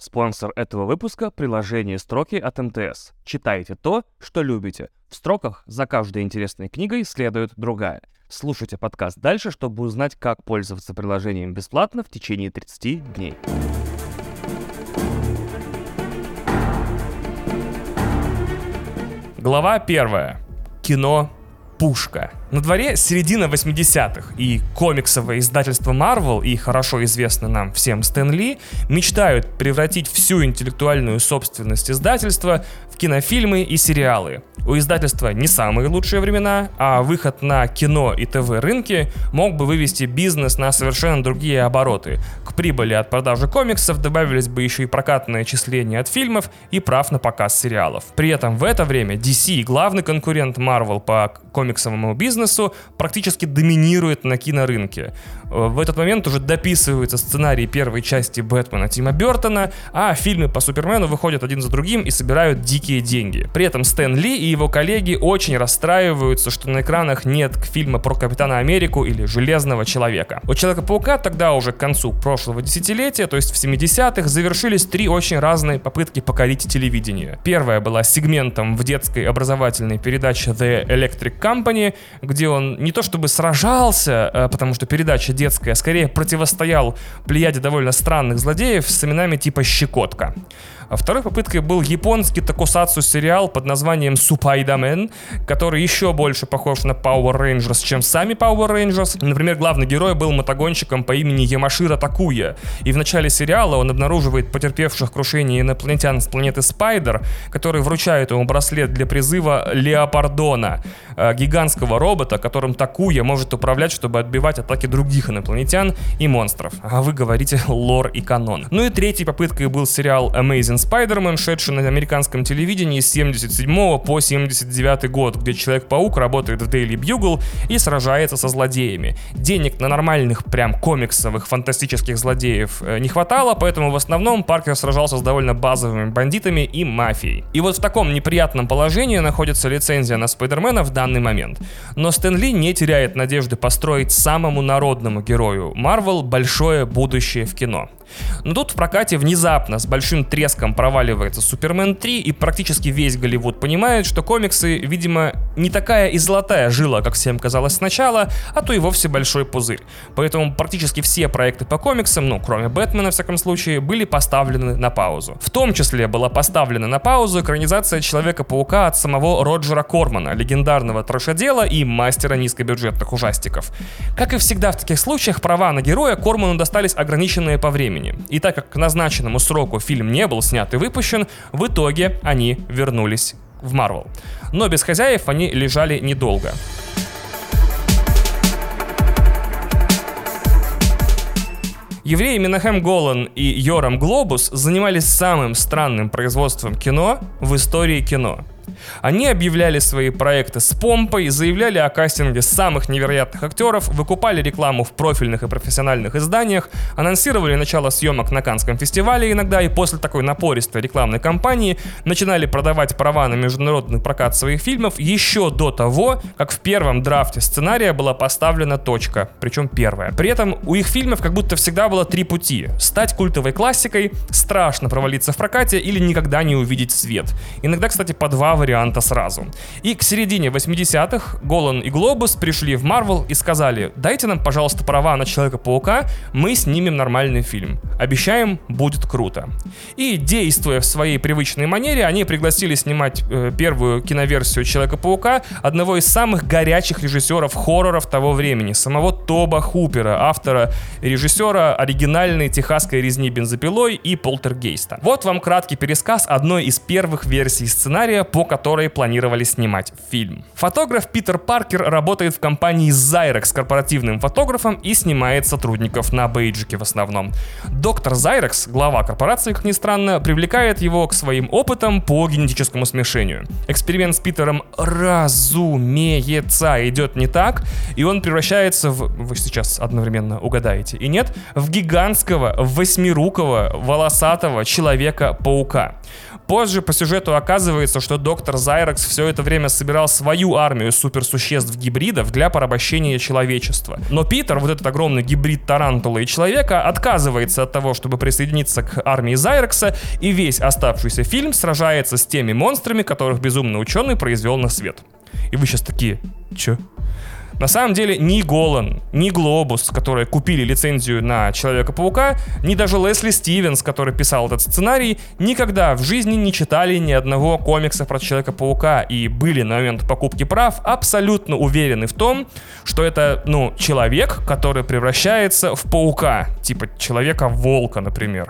Спонсор этого выпуска — приложение «Строки» от МТС. Читайте то, что любите. В строках за каждой интересной книгой следует другая. Слушайте подкаст дальше, чтобы узнать, как пользоваться приложением бесплатно в течение 30 дней. Глава 1. Кино «Пушка». На дворе середина 80-х, и комиксовое издательство Marvel и хорошо известный нам всем Стэн Ли мечтают превратить всю интеллектуальную собственность издательства в кинофильмы и сериалы. У издательства не самые лучшие времена, а выход на кино и ТВ-рынки мог бы вывести бизнес на совершенно другие обороты. К прибыли от продажи комиксов добавились бы еще и прокатные отчисления от фильмов и прав на показ сериалов. При этом в это время DC, главный конкурент Marvel по комиксовому бизнесу, практически доминирует на кинорынке. В этот момент уже дописывается сценарий первой части Бэтмена Тима Бёртона, а фильмы по Супермену выходят один за другим и собирают дикие деньги. При этом Стэн Ли и его коллеги очень расстраиваются, что на экранах нет фильма про Капитана Америку или Железного Человека. У Человека-паука тогда уже к концу прошлого десятилетия, то есть в 70-х, завершились 3 очень разные попытки покорить телевидение. Первая была сегментом в детской образовательной передаче The Electric Company, где он не то чтобы сражался, потому что передача детская, а скорее противостоял плеяде довольно странных злодеев с именами типа «Щекотка». Второй попыткой был японский токусацу сериал под названием «Супайдамен», который еще больше похож на Power Rangers, чем сами Power Rangers. Например, главный герой был мотогонщиком по имени Ямаширо Такуя, и в начале сериала он обнаруживает потерпевших крушение инопланетян с планеты Спайдер, которые вручают ему браслет для призыва Леопардона, гигантского робота, которым Такуя может управлять, чтобы отбивать атаки других инопланетян и монстров. А вы говорите лор и канон. Ну и третьей попыткой был сериал Amazing Spider-Man, шедший на американском телевидении с 77 по 79 год, где Человек-паук работает в Daily Bugle и сражается со злодеями. Денег на нормальных, прям комиксовых, фантастических злодеев не хватало, поэтому в основном Паркер сражался с довольно базовыми бандитами и мафией. И вот в таком неприятном положении находится лицензия на Спайдермена в данный момент. Но Стэн Ли не теряет надежды построить самому народному герою Marvel большое будущее в кино. Но тут в прокате внезапно с большим треском проваливается Супермен 3, и практически весь Голливуд понимает, что комиксы, видимо, не такая и золотая жила, как всем казалось сначала, а то и вовсе большой пузырь. Поэтому практически все проекты по комиксам, кроме Бэтмена, в всяком случае, были поставлены на паузу. В том числе была поставлена на паузу экранизация Человека-паука от самого Роджера Кормана, легендарного трэшодела и мастера низкобюджетных ужастиков. Как и всегда в таких случаях, права на героя Корману достались ограниченные по времени. И так как к назначенному сроку фильм не был снят и выпущен, в итоге они вернулись в Marvel. Но без хозяев они лежали недолго. Евреи Менахем Голан и Йорам Глобус занимались самым странным производством кино в истории кино. Они объявляли свои проекты с помпой, заявляли о кастинге самых невероятных актеров, выкупали рекламу в профильных и профессиональных изданиях, анонсировали начало съемок на Каннском фестивале иногда, и после такой напористой рекламной кампании начинали продавать права на международный прокат своих фильмов еще до того, как в первом драфте сценария была поставлена точка, причем первая. При этом у их фильмов как будто всегда было 3 пути: стать культовой классикой, страшно провалиться в прокате или никогда не увидеть свет. Иногда, кстати, по 2 варианта сразу. И к середине 80-х Голан и Глобус пришли в Marvel и сказали: дайте нам, пожалуйста, права на Человека-паука, мы снимем нормальный фильм. Обещаем, будет круто. И, действуя в своей привычной манере, они пригласили снимать первую киноверсию Человека-паука одного из самых горячих режиссеров хорроров того времени, самого Тоба Хупера, автора и режиссера оригинальной техасской резни бензопилой и Полтергейста. Вот вам краткий пересказ одной из первых версий сценария, по которой планировали снимать фильм. Фотограф Питер Паркер работает в компании Zyrex корпоративным фотографом и снимает сотрудников на бейджике в основном. Доктор Zyrex, глава корпорации, как ни странно, привлекает его к своим опытам по генетическому смешению. Эксперимент с Питером, разумеется, идет не так, и он превращается в, вы сейчас одновременно угадаете и нет, в гигантского, 8-рукого, волосатого Человека-паука. Позже по сюжету оказывается, что доктор доктор Зайрекс все это время собирал свою армию суперсуществ-гибридов для порабощения человечества. Но Питер, вот этот огромный гибрид тарантула и человека, отказывается от того, чтобы присоединиться к армии Зайрекса, и весь оставшийся фильм сражается с теми монстрами, которых безумный ученый произвел на свет. И вы сейчас такие: чё? На самом деле ни Голан, ни Глобус, которые купили лицензию на Человека-паука, ни даже Лесли Стивенс, который писал этот сценарий, никогда в жизни не читали ни одного комикса про Человека-паука и были на момент покупки прав абсолютно уверены в том, что это, человек, который превращается в паука, типа Человека-волка, например.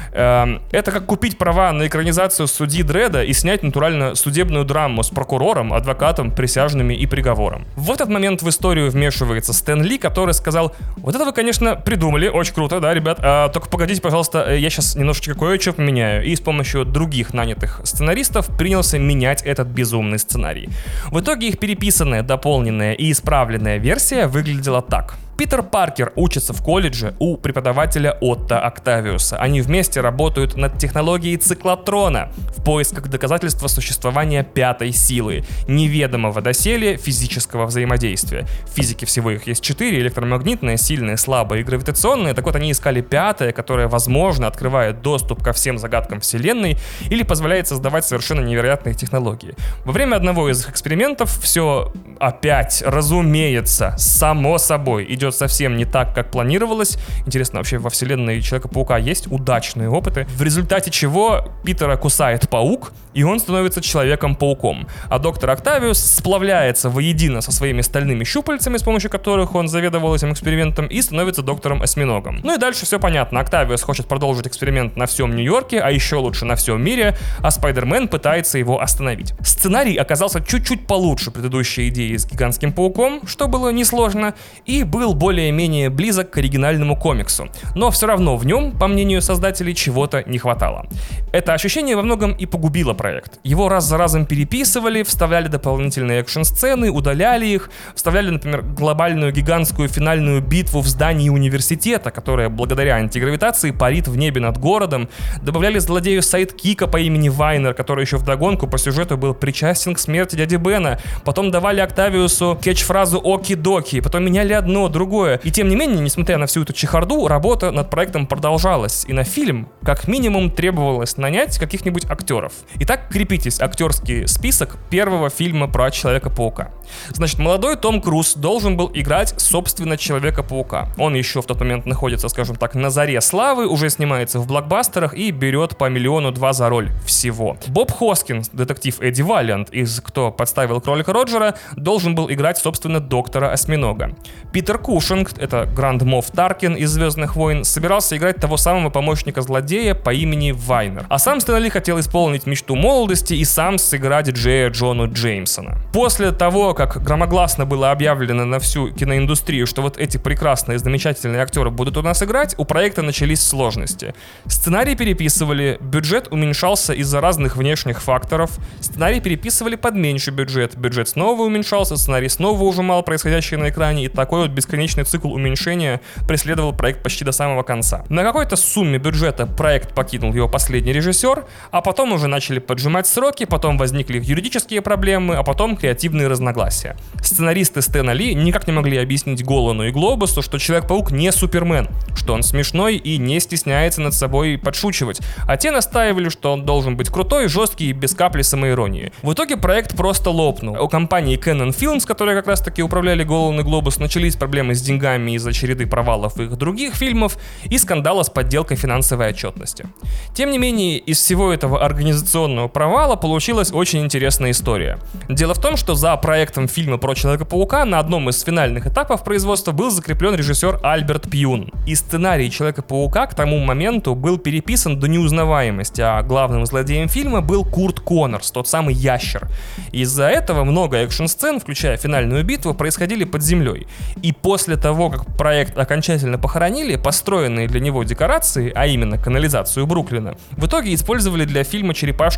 Это как купить права на экранизацию Судьи Дредда и снять натурально судебную драму с прокурором, адвокатом, присяжными и приговором. В этот момент в историю вмешивается Стэн Ли, который сказал: вот это вы, конечно, придумали, очень круто, да, ребят, только погодите, пожалуйста, я сейчас немножечко кое-что поменяю. И с помощью других нанятых сценаристов принялся менять этот безумный сценарий. В итоге их переписанная, дополненная и исправленная версия выглядела так. Питер Паркер учится в колледже у преподавателя Отто Октавиуса. Они вместе работают над технологией циклотрона в поисках доказательства существования пятой силы, неведомого доселе физического взаимодействия. В физике всего их есть 4: электромагнитное, сильное, слабое и гравитационное. Так вот, они искали пятое, которое, возможно, открывает доступ ко всем загадкам Вселенной или позволяет создавать совершенно невероятные технологии. Во время одного из их экспериментов все опять, разумеется, само собой идет совсем не так, как планировалось. Интересно, вообще во вселенной Человека-паука есть удачные опыты, в результате чего Питера кусает паук, и он становится Человеком-пауком. А доктор Октавиус сплавляется воедино со своими стальными щупальцами, с помощью которых он заведовал этим экспериментом, и становится доктором-осьминогом. Ну и дальше все понятно. Октавиус хочет продолжить эксперимент на всем Нью-Йорке, а еще лучше на всем мире, а Спайдермен пытается его остановить. Сценарий оказался чуть-чуть получше предыдущей идеи с Гигантским пауком, что было несложно, и был более-менее близок к оригинальному комиксу. Но все равно в нем, по мнению создателей, чего-то не хватало. Это ощущение во многом и погубило проект. Его раз за разом переписывали, вставляли дополнительные экшн-сцены, удаляли их, вставляли, например, глобальную гигантскую финальную битву в здании университета, которая благодаря антигравитации парит в небе над городом, добавляли злодею сайдкика по имени Вайнер, который еще вдогонку по сюжету был причастен к смерти дяди Бена, потом давали Октавиусу кетч-фразу «Оки-доки», потом меняли одно, другое. И тем не менее, несмотря на всю эту чехарду, работа над проектом продолжалась, и на фильм как минимум требовалось нанять каких-нибудь актеров. Итак, крепитесь, актерский список первого фильма про Человека-паука. Значит, молодой Том Круз должен был играть, собственно, Человека-паука. Он еще в тот момент находится, скажем так, на заре славы, уже снимается в блокбастерах и берет по $1-2 миллиона за роль всего. Боб Хоскинс, детектив Эдди Валлиант, из «Кто подставил кролика Роджера», должен был играть, собственно, доктора Осьминога. Питер Кушинг, это Гранд Мофф Таркин из «Звездных войн», собирался играть того самого помощника-злодея по имени Вайнер. А сам Стэн Ли хотел исполнить мечту молодости и сам сыграть Джея Джона Джеймсона. После того, как громогласно было объявлено на всю киноиндустрию, что вот эти прекрасные, замечательные актеры будут у нас играть, у проекта начались сложности. Сценарий переписывали, бюджет уменьшался из-за разных внешних факторов, сценарий переписывали под меньший бюджет снова уменьшался, сценарий снова ужимал происходящее на экране, и такой вот бесконечный цикл уменьшения преследовал проект почти до самого конца. На какой-то сумме бюджета проект покинул его последний режиссер, а потом уже начали поджимать сроки, потом возникли юридические проблемы, а потом креативные разногласия. Сценаристы Стэна Ли никак не могли объяснить Голану и Глобусу, что Человек-паук не Супермен, что он смешной и не стесняется над собой подшучивать, а те настаивали, что он должен быть крутой, жесткий и без капли самоиронии. В итоге проект просто лопнул. У компании Canon Films, которые как раз таки управляли Голан и Глобус, начались проблемы с деньгами из-за череды провалов их других фильмов и скандала с подделкой финансовой отчетности. Тем не менее, из всего этого организационного провала получилась очень интересная история. Дело в том, что за проектом фильма про Человека-паука на одном из финальных этапов производства был закреплен режиссер Альберт Пьюн. И сценарий Человека-паука к тому моменту был переписан до неузнаваемости, а главным злодеем фильма был Курт Коннорс, тот самый ящер. Из-за этого много экшн-сцен, включая финальную битву, происходили под землей. И после того, как проект окончательно похоронили, построенные для него декорации, а именно канализацию Бруклина, в итоге использовали для фильма черепашки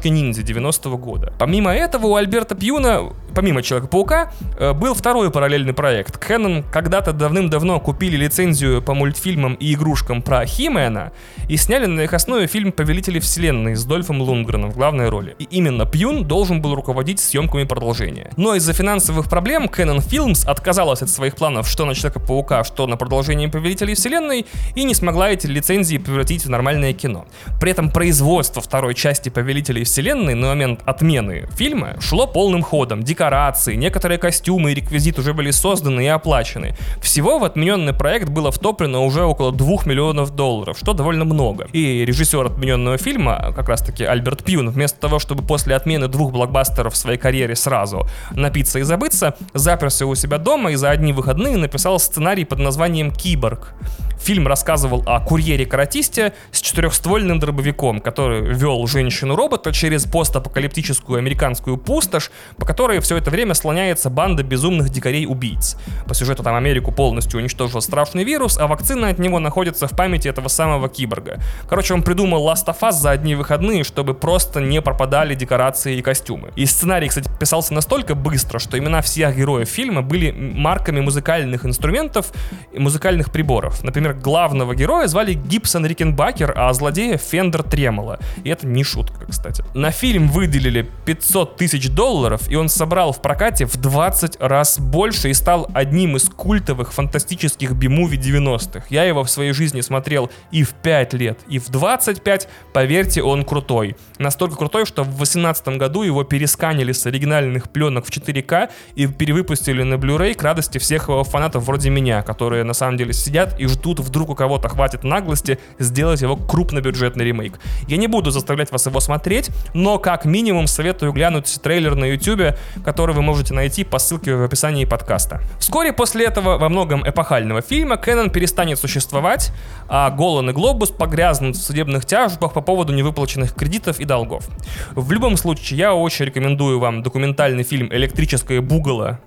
ниндзя 90-го года. Помимо этого, у Альберта Пьюна, помимо Человека-паука, был второй параллельный проект. Canon когда-то давным-давно купили лицензию по мультфильмам и игрушкам про Хи-Мэна и сняли на их основе фильм «Повелители вселенной» с Дольфом Лундгреном в главной роли. И именно Пьюн должен был руководить съемками продолжения. Но из-за финансовых проблем Canon Films отказалась от своих планов что на Человека-паука, что на продолжение «Повелителей вселенной» и не смогла эти лицензии превратить в нормальное кино. При этом производство второй части «Повелителей вселенной» на момент отмены фильма шло полным ходом. Декорации, некоторые костюмы и реквизит уже были созданы и оплачены. Всего в отмененный проект было втоплено уже около $2 миллионов, что довольно много. И режиссер отмененного фильма, как раз таки Альберт Пьюн, вместо того, чтобы после отмены 2 блокбастеров в своей карьере сразу напиться и забыться, заперся у себя дома и за одни выходные написал сценарий под названием «Киборг». Фильм рассказывал о курьере-каратисте с 4-ствольным дробовиком, который вел женщину-робота через постапокалиптическую американскую пустошь, по которой все это время слоняется банда безумных дикарей-убийц. По сюжету там Америку полностью уничтожил страшный вирус, а вакцина от него находится в памяти этого самого киборга. Короче, он придумал Last of Us за одни выходные, чтобы просто не пропадали декорации и костюмы. И сценарий, кстати, писался настолько быстро, что имена всех героев фильма были марками музыкальных инструментов и музыкальных приборов. Например, главного героя звали Гибсон Рикенбакер, а злодея Фендер Тремоло. И это не шутка, кстати. На фильм выделили $500 тысяч, и он собрал в прокате в 20 раз больше и стал одним из культовых фантастических би-муви 90-х. Я его в своей жизни смотрел и в 5 лет, и в 25. Поверьте, он крутой. Настолько крутой, что в 2018 году его пересканили с оригинальных пленок в 4К и перевыпустили на Blu-ray к радости всех его фанатов вроде меня, которые на самом деле сидят и ждут, вдруг у кого-то хватит наглости сделать его крупнобюджетный ремейк. Я не буду заставлять вас его смотреть, но как минимум советую глянуть трейлер на YouTube, который вы можете найти по ссылке в описании подкаста. Вскоре после этого во многом эпохального фильма Canon перестанет существовать, а Голан и Глобус погрязнут в судебных тяжбах по поводу невыплаченных кредитов и долгов. В любом случае, я очень рекомендую вам документальный фильм «Электрическое бугало».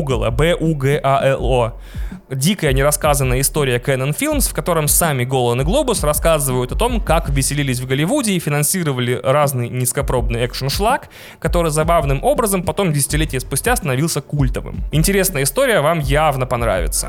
Бугало. Дикая нерассказанная история Canon Films, в котором сами Голан и Глобус рассказывают о том, как веселились в Голливуде и финансировали разный низкопробный экшн-шлак, который забавным образом потом десятилетия спустя становился культовым. Интересная история вам явно понравится.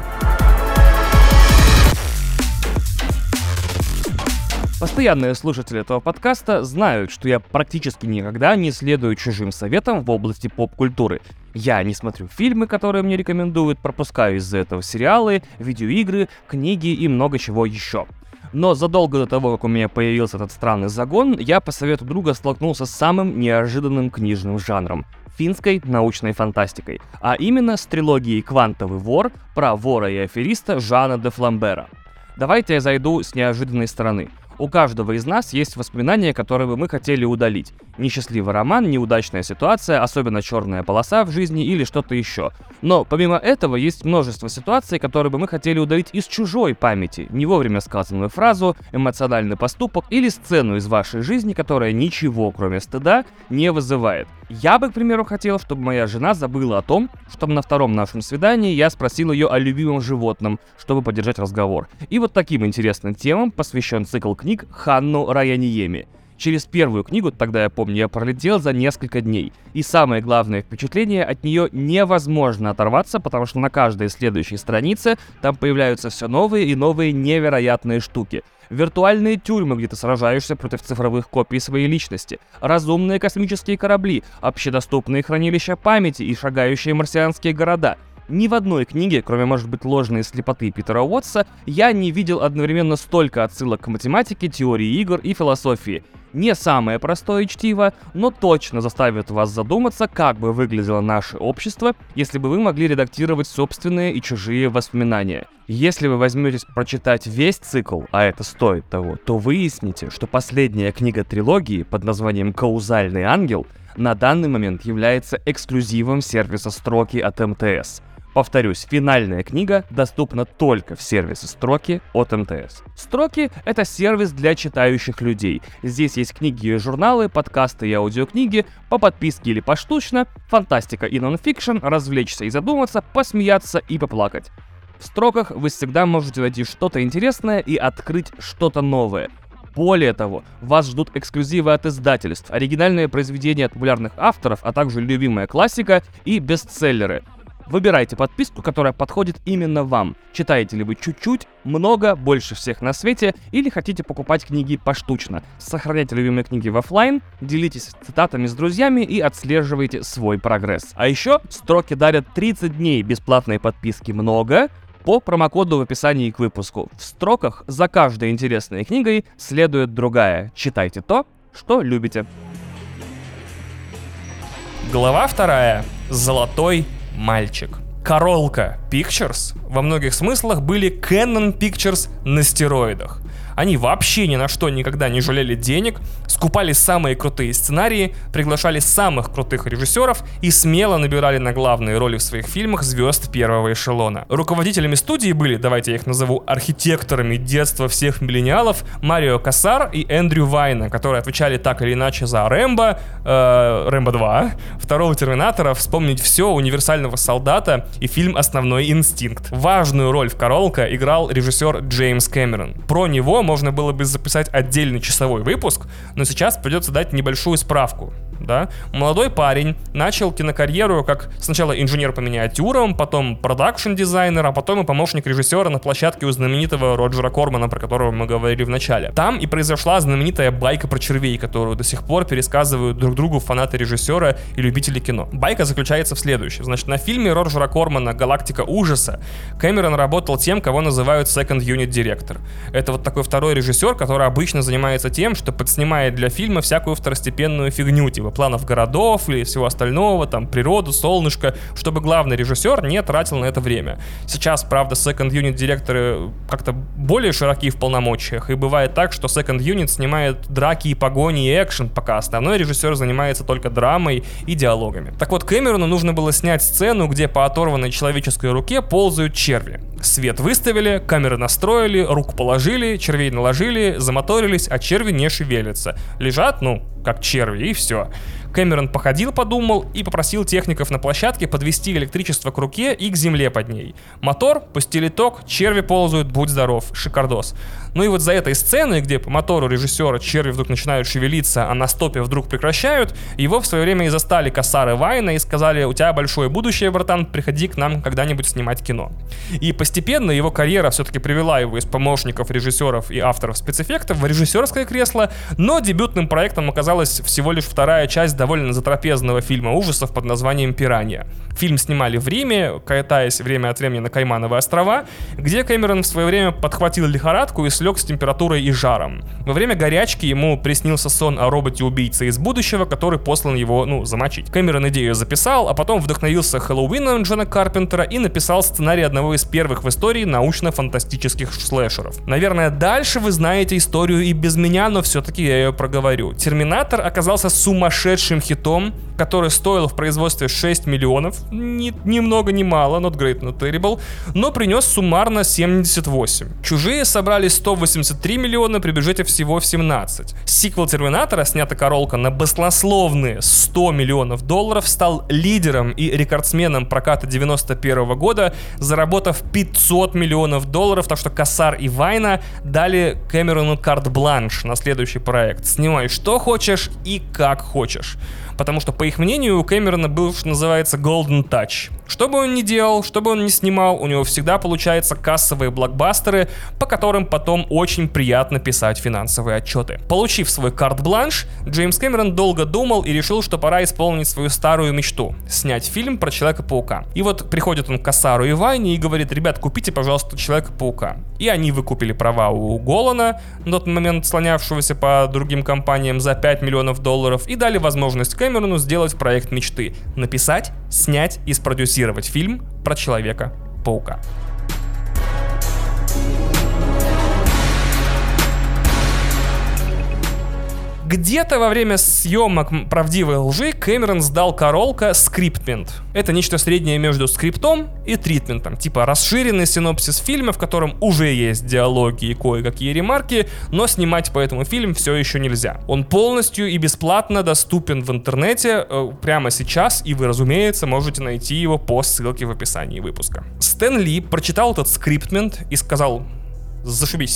Постоянные слушатели этого подкаста знают, что я практически никогда не следую чужим советам в области поп-культуры. Я не смотрю фильмы, которые мне рекомендуют, пропускаю из-за этого сериалы, видеоигры, книги и много чего еще. Но задолго до того, как у меня появился этот странный загон, я по совету друга столкнулся с самым неожиданным книжным жанром — финской научной фантастикой, а именно с трилогией «Квантовый вор» про вора и афериста Жана де Фламбера. Давайте я зайду с неожиданной стороны. У каждого из нас есть воспоминания, которые бы мы хотели удалить. Несчастливый роман, неудачная ситуация, особенно черная полоса в жизни или что-то еще. Но помимо этого есть множество ситуаций, которые бы мы хотели удалить из чужой памяти. Не вовремя сказанную фразу, эмоциональный поступок или сцену из вашей жизни, которая ничего, кроме стыда, не вызывает. Я бы, к примеру, хотел, чтобы моя жена забыла о том, чтобы на втором нашем свидании я спросил ее о любимом животном, чтобы поддержать разговор. И вот таким интересным темам посвящен цикл книг Ханну Райаниеми. Через первую книгу, тогда я помню, я пролетел за несколько дней. И самое главное впечатление, от нее невозможно оторваться, потому что на каждой следующей странице там появляются все новые и новые невероятные штуки. Виртуальные тюрьмы, где ты сражаешься против цифровых копий своей личности, разумные космические корабли, общедоступные хранилища памяти и шагающие марсианские города. Ни в одной книге, кроме, может быть, ложной слепоты Питера Уотса, я не видел одновременно столько отсылок к математике, теории игр и философии. Не самое простое чтиво, но точно заставит вас задуматься, как бы выглядело наше общество, если бы вы могли редактировать собственные и чужие воспоминания. Если вы возьметесь прочитать весь цикл, а это стоит того, то выясните, что последняя книга трилогии под названием «Каузальный ангел» на данный момент является эксклюзивом сервиса «Строки» от МТС. Повторюсь, финальная книга доступна только в сервисе «Строки» от МТС. «Строки» — это сервис для читающих людей. Здесь есть книги и журналы, подкасты и аудиокниги, по подписке или поштучно, фантастика и нонфикшн, развлечься и задуматься, посмеяться и поплакать. В «Строках» вы всегда можете найти что-то интересное и открыть что-то новое. Более того, вас ждут эксклюзивы от издательств, оригинальные произведения от популярных авторов, а также любимая классика и бестселлеры. Выбирайте подписку, которая подходит именно вам. Читаете ли вы чуть-чуть, много, больше всех на свете, или хотите покупать книги поштучно. Сохраняйте любимые книги в офлайн, делитесь цитатами с друзьями и отслеживайте свой прогресс. А еще строки дарят 30 дней бесплатной подписки «Много» по промокоду в описании к выпуску. В строках за каждой интересной книгой следует другая. Читайте то, что любите. Глава 2. Золотой мальчик. Королка Pictures во многих смыслах были Canon Pictures на стероидах. Они вообще ни на что никогда не жалели денег, скупали самые крутые сценарии, приглашали самых крутых режиссеров и смело набирали на главные роли в своих фильмах звезд первого эшелона. Руководителями студии были, давайте я их назову, архитекторами детства всех миллениалов, Марио Кассар и Эндрю Вайна, которые отвечали так или иначе за Рэмбо, Рэмбо 2, второго Терминатора, Вспомнить все, Универсального солдата и фильм «Основной инстинкт». Важную роль в «Королка» играл режиссер Джеймс Кэмерон. Про него можно было бы записать отдельный часовой выпуск, но сейчас придется дать небольшую справку. Да? Молодой парень начал кинокарьеру как сначала инженер по миниатюрам, потом продакшн-дизайнер, а потом и помощник режиссера на площадке у знаменитого Роджера Кормана, про которого мы говорили в начале. Там и произошла знаменитая байка про червей, которую до сих пор пересказывают друг другу фанаты режиссера и любители кино. Байка заключается в следующем. Значит, на фильме Роджера Кормана «Галактика ужаса» Кэмерон работал тем, кого называют second unit director. Это вот такой второй режиссер, который обычно занимается тем, что подснимает для фильма всякую второстепенную фигню, типа планов городов или всего остального, там, природу, солнышко, чтобы главный режиссер не тратил на это время. Сейчас, правда, second unit директоры как-то более широки в полномочиях, и бывает так, что second unit снимает драки и погони и экшен, пока основной режиссер занимается только драмой и диалогами. Так вот, Кэмерону нужно было снять сцену, где по оторванной человеческой руке ползают черви. Свет выставили, камеры настроили, рук положили, червей наложили, замоторились, а черви не шевелятся. Лежат, как черви, и все. Кэмерон походил, подумал и попросил техников на площадке подвести электричество к руке и к земле под ней. Мотор, пустили ток, черви ползают, будь здоров, шикардос. Ну и вот за этой сценой, где по мотору режиссера черви вдруг начинают шевелиться, а на стопе вдруг прекращают, его в свое время и застали Кассар и Вайна и сказали: у тебя большое будущее, братан, приходи к нам когда-нибудь снимать кино. И постепенно его карьера все-таки привела его из помощников режиссеров и авторов спецэффектов в режиссерское кресло, но дебютным проектом оказалась всего лишь вторая часть довольно затрапезного фильма ужасов под названием «Пиранья». Фильм снимали в Риме, катаясь время от времени на Каймановые острова, где Кэмерон в свое время подхватил лихорадку и слег с температурой и жаром. Во время горячки ему приснился сон о роботе-убийце из будущего, который послан его, замочить. Кэмерон идею записал, а потом вдохновился Хэллоуином Джона Карпентера и написал сценарий одного из первых в истории научно-фантастических слэшеров. Наверное, дальше вы знаете историю и без меня, но все-таки я ее проговорю. «Терминатор» оказался сумасшедшим хитом, который стоил в производстве 6 миллионов, ни много ни мало, not great, not terrible, но принес суммарно 78. «Чужие» собрали 183 миллиона при бюджете всего в 17. Сиквел «Терминатора», снятый «Королка» на баснословные $100 миллионов, стал лидером и рекордсменом проката 91 года, заработав $500 миллионов, так что Кассар и Вайна дали Кэмерону карт-бланш на следующий проект. Снимай что хочешь и как хочешь. Потому что, по их мнению, у Кэмерона был, что называется, golden touch. Что бы он ни делал, что бы он ни снимал, у него всегда получаются кассовые блокбастеры, по которым потом очень приятно писать финансовые отчеты. Получив свой карт-бланш, Джеймс Кэмерон долго думал и решил, что пора исполнить свою старую мечту — снять фильм про Человека-паука. И вот приходит он к Кассару и Вайне и говорит: ребят, купите, пожалуйста, Человека-паука. И они выкупили права у Голана, на тот момент слонявшегося по другим компаниям, за $5 миллионов, и дали возможность Кэмерону сделать проект мечты — написать, снять и спродюсировать фильм про Человека-паука. Где-то во время съемок «Правдивой лжи» Кэмерон сдал «Королка» скриптмент. Это нечто среднее между скриптом и тритментом, типа расширенный синопсис фильма, в котором уже есть диалоги и кое-какие ремарки, но снимать по этому фильм все еще нельзя. Он полностью и бесплатно доступен в интернете прямо сейчас, и вы, разумеется, можете найти его по ссылке в описании выпуска. Стэн Ли прочитал этот скриптмент и сказал: зашибись.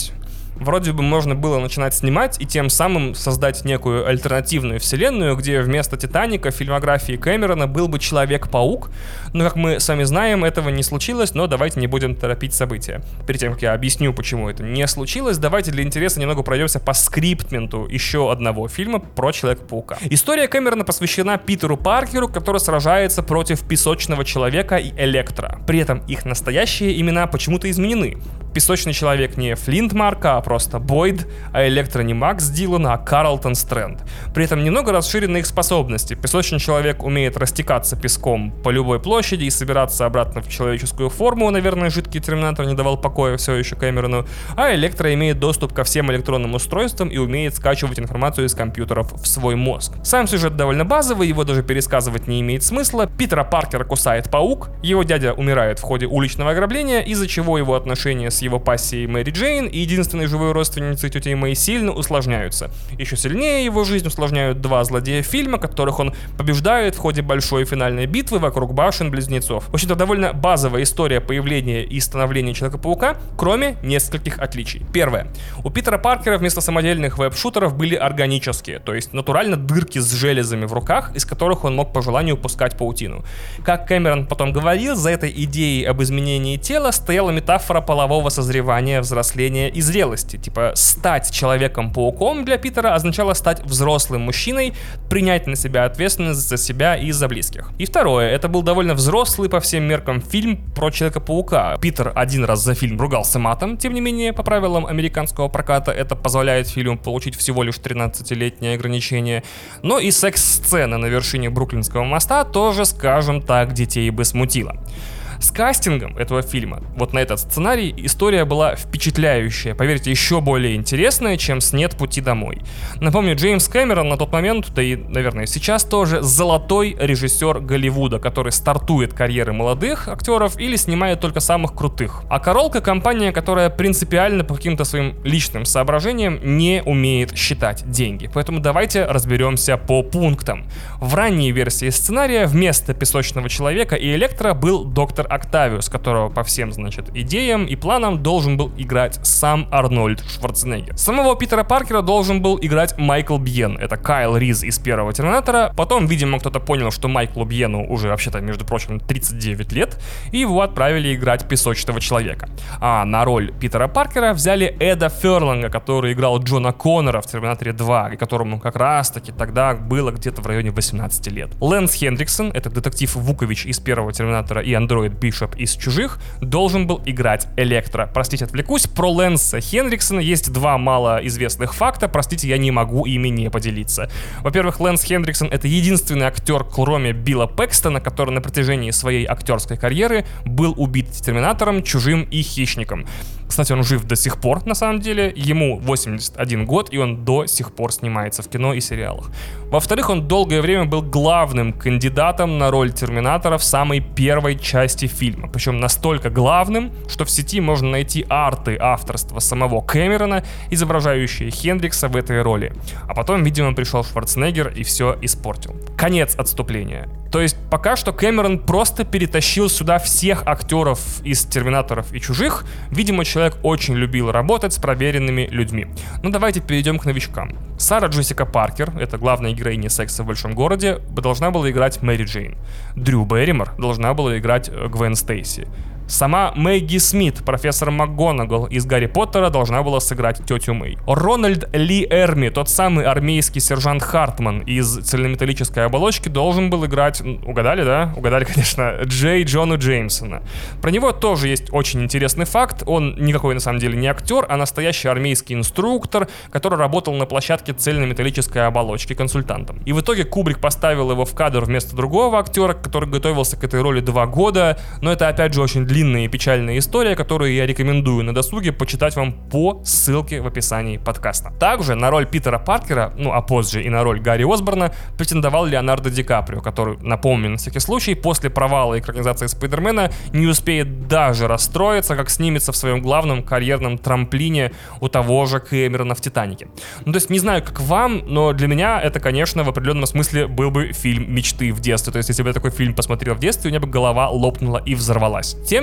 вроде бы можно было начинать снимать и тем самым создать некую альтернативную вселенную, где вместо Титаника в фильмографии Кэмерона был бы Человек-паук, но, как мы с вами знаем, этого не случилось, но давайте не будем торопить события. Перед тем, как я объясню, почему это не случилось, давайте для интереса немного пройдемся по скриптменту еще одного фильма про Человека-паука. История Кэмерона посвящена Питеру Паркеру, который сражается против Песочного Человека и Электро. При этом их настоящие имена почему-то изменены. Песочный Человек не Флинт Марка, а просто Бойд, а Электро не Макс Дилан, а Карлтон Стрэнд. При этом немного расширены их способности. Песочный Человек умеет растекаться песком по любой площади и собираться обратно в человеческую форму. Наверное, жидкий терминатор не давал покоя все еще Кэмерону. А Электро имеет доступ ко всем электронным устройствам и умеет скачивать информацию из компьютеров в свой мозг. Сам сюжет довольно базовый, его даже пересказывать не имеет смысла. Питера Паркера кусает паук, его дядя умирает в ходе уличного ограбления, из-за чего его отношения с его пассией Мэри Джейн и единственной живой родственницей тетей Мэй сильно усложняются. Еще сильнее его жизнь усложняют два злодея фильма, которых он побеждает в ходе большой финальной битвы вокруг башен-близнецов. В общем-то, довольно базовая история появления и становления Человека-паука, кроме нескольких отличий. Первое. У Питера Паркера вместо самодельных веб-шутеров были органические, то есть натурально дырки с железами в руках, из которых он мог по желанию пускать паутину. Как Кэмерон потом говорил, за этой идеей об изменении тела стояла метафора полового созревания, взросления и зрелости. Типа, стать Человеком-пауком для Питера означало стать взрослым мужчиной, принять на себя ответственность за себя и за близких. И второе, это был довольно взрослый по всем меркам фильм про Человека-паука. Питер один раз за фильм ругался матом, тем не менее, по правилам американского проката это позволяет фильму получить всего лишь 13-летнее ограничение. Но и секс-сцена на вершине Бруклинского моста тоже, скажем так, детей бы смутила. С кастингом этого фильма, вот на этот сценарий, история была впечатляющая, поверьте, еще более интересная, чем с «Нет пути домой». Напомню, Джеймс Кэмерон на тот момент, да и, наверное, сейчас тоже, золотой режиссер Голливуда, который стартует карьеры молодых актеров или снимает только самых крутых. А Королка — компания, которая принципиально по каким-то своим личным соображениям не умеет считать деньги. Поэтому давайте разберемся по пунктам. В ранней версии сценария вместо Песочного Человека и Электро был доктор Октавиус, которого по всем, значит, идеям и планам должен был играть сам Арнольд Шварценеггер. Самого Питера Паркера должен был играть Майкл Бьен, это Кайл Риз из первого Терминатора. Потом, видимо, кто-то понял, что Майклу Бьену уже, вообще-то, между прочим, 39 лет, и его отправили играть Песочного Человека. А на роль Питера Паркера взяли Эда Ферланга, который играл Джона Коннора в Терминаторе 2, и которому как раз-таки тогда было где-то в районе 18 лет. Лэнс Хендриксон, это детектив Вукович из первого Терминатора и андроид Бишоп из «Чужих», должен был играть Электро. Простите, отвлекусь. Про Лэнса Хендриксона есть два малоизвестных факта. Простите, я не могу ими не поделиться. Во-первых, Лэнс Хендриксон — это единственный актер, кроме Билла Пэкстона, который на протяжении своей актерской карьеры был убит Терминатором, Чужим и Хищником. Кстати, он жив до сих пор, на самом деле. Ему 81 год, и он до сих пор снимается в кино и сериалах. Во-вторых, он долгое время был главным кандидатом на роль Терминатора в самой первой части фильма. Причем настолько главным, что в сети можно найти арты авторства самого Кэмерона, изображающие Хендрикса в этой роли. А потом, видимо, пришел Шварценеггер и все испортил. Конец отступления. То есть пока что Кэмерон просто перетащил сюда всех актеров из Терминаторов и Чужих. Видимо, человек очень любил работать с проверенными людьми. Но давайте перейдем к новичкам. Сара Джессика Паркер, это главная героиня «Секса в большом городе», должна была играть Мэри Джейн. Дрю Берримор должна была играть Гвен Стейси. Сама Мэгги Смит, профессор МакГонагал из «Гарри Поттера», должна была сыграть тетю Мэй. Рональд Ли Эрми, тот самый армейский сержант Хартман из «Цельнометаллической оболочки», должен был играть, угадали, да? Угадали, конечно, Джей Джона Джеймсона. Про него тоже есть очень интересный факт. Он никакой на самом деле не актер, а настоящий армейский инструктор, который работал на площадке цельнометаллической оболочки консультантом. И в итоге Кубрик поставил его в кадр вместо другого актера, который готовился к этой роли 2 года, но это опять же очень длинная и печальная история, которую я рекомендую на досуге почитать вам по ссылке в описании подкаста. Также на роль Питера Паркера, а позже и на роль Гарри Осборна, претендовал Леонардо Ди Каприо, который, напомню на всякий случай, после провала экранизации Спайдермена не успеет даже расстроиться, как снимется в своем главном карьерном трамплине у того же Кэмерона в «Титанике». То есть не знаю, как вам, но для меня это, конечно, в определенном смысле был бы фильм мечты в детстве. То есть если бы я такой фильм посмотрел в детстве, у меня бы голова лопнула и взорвалась. Тем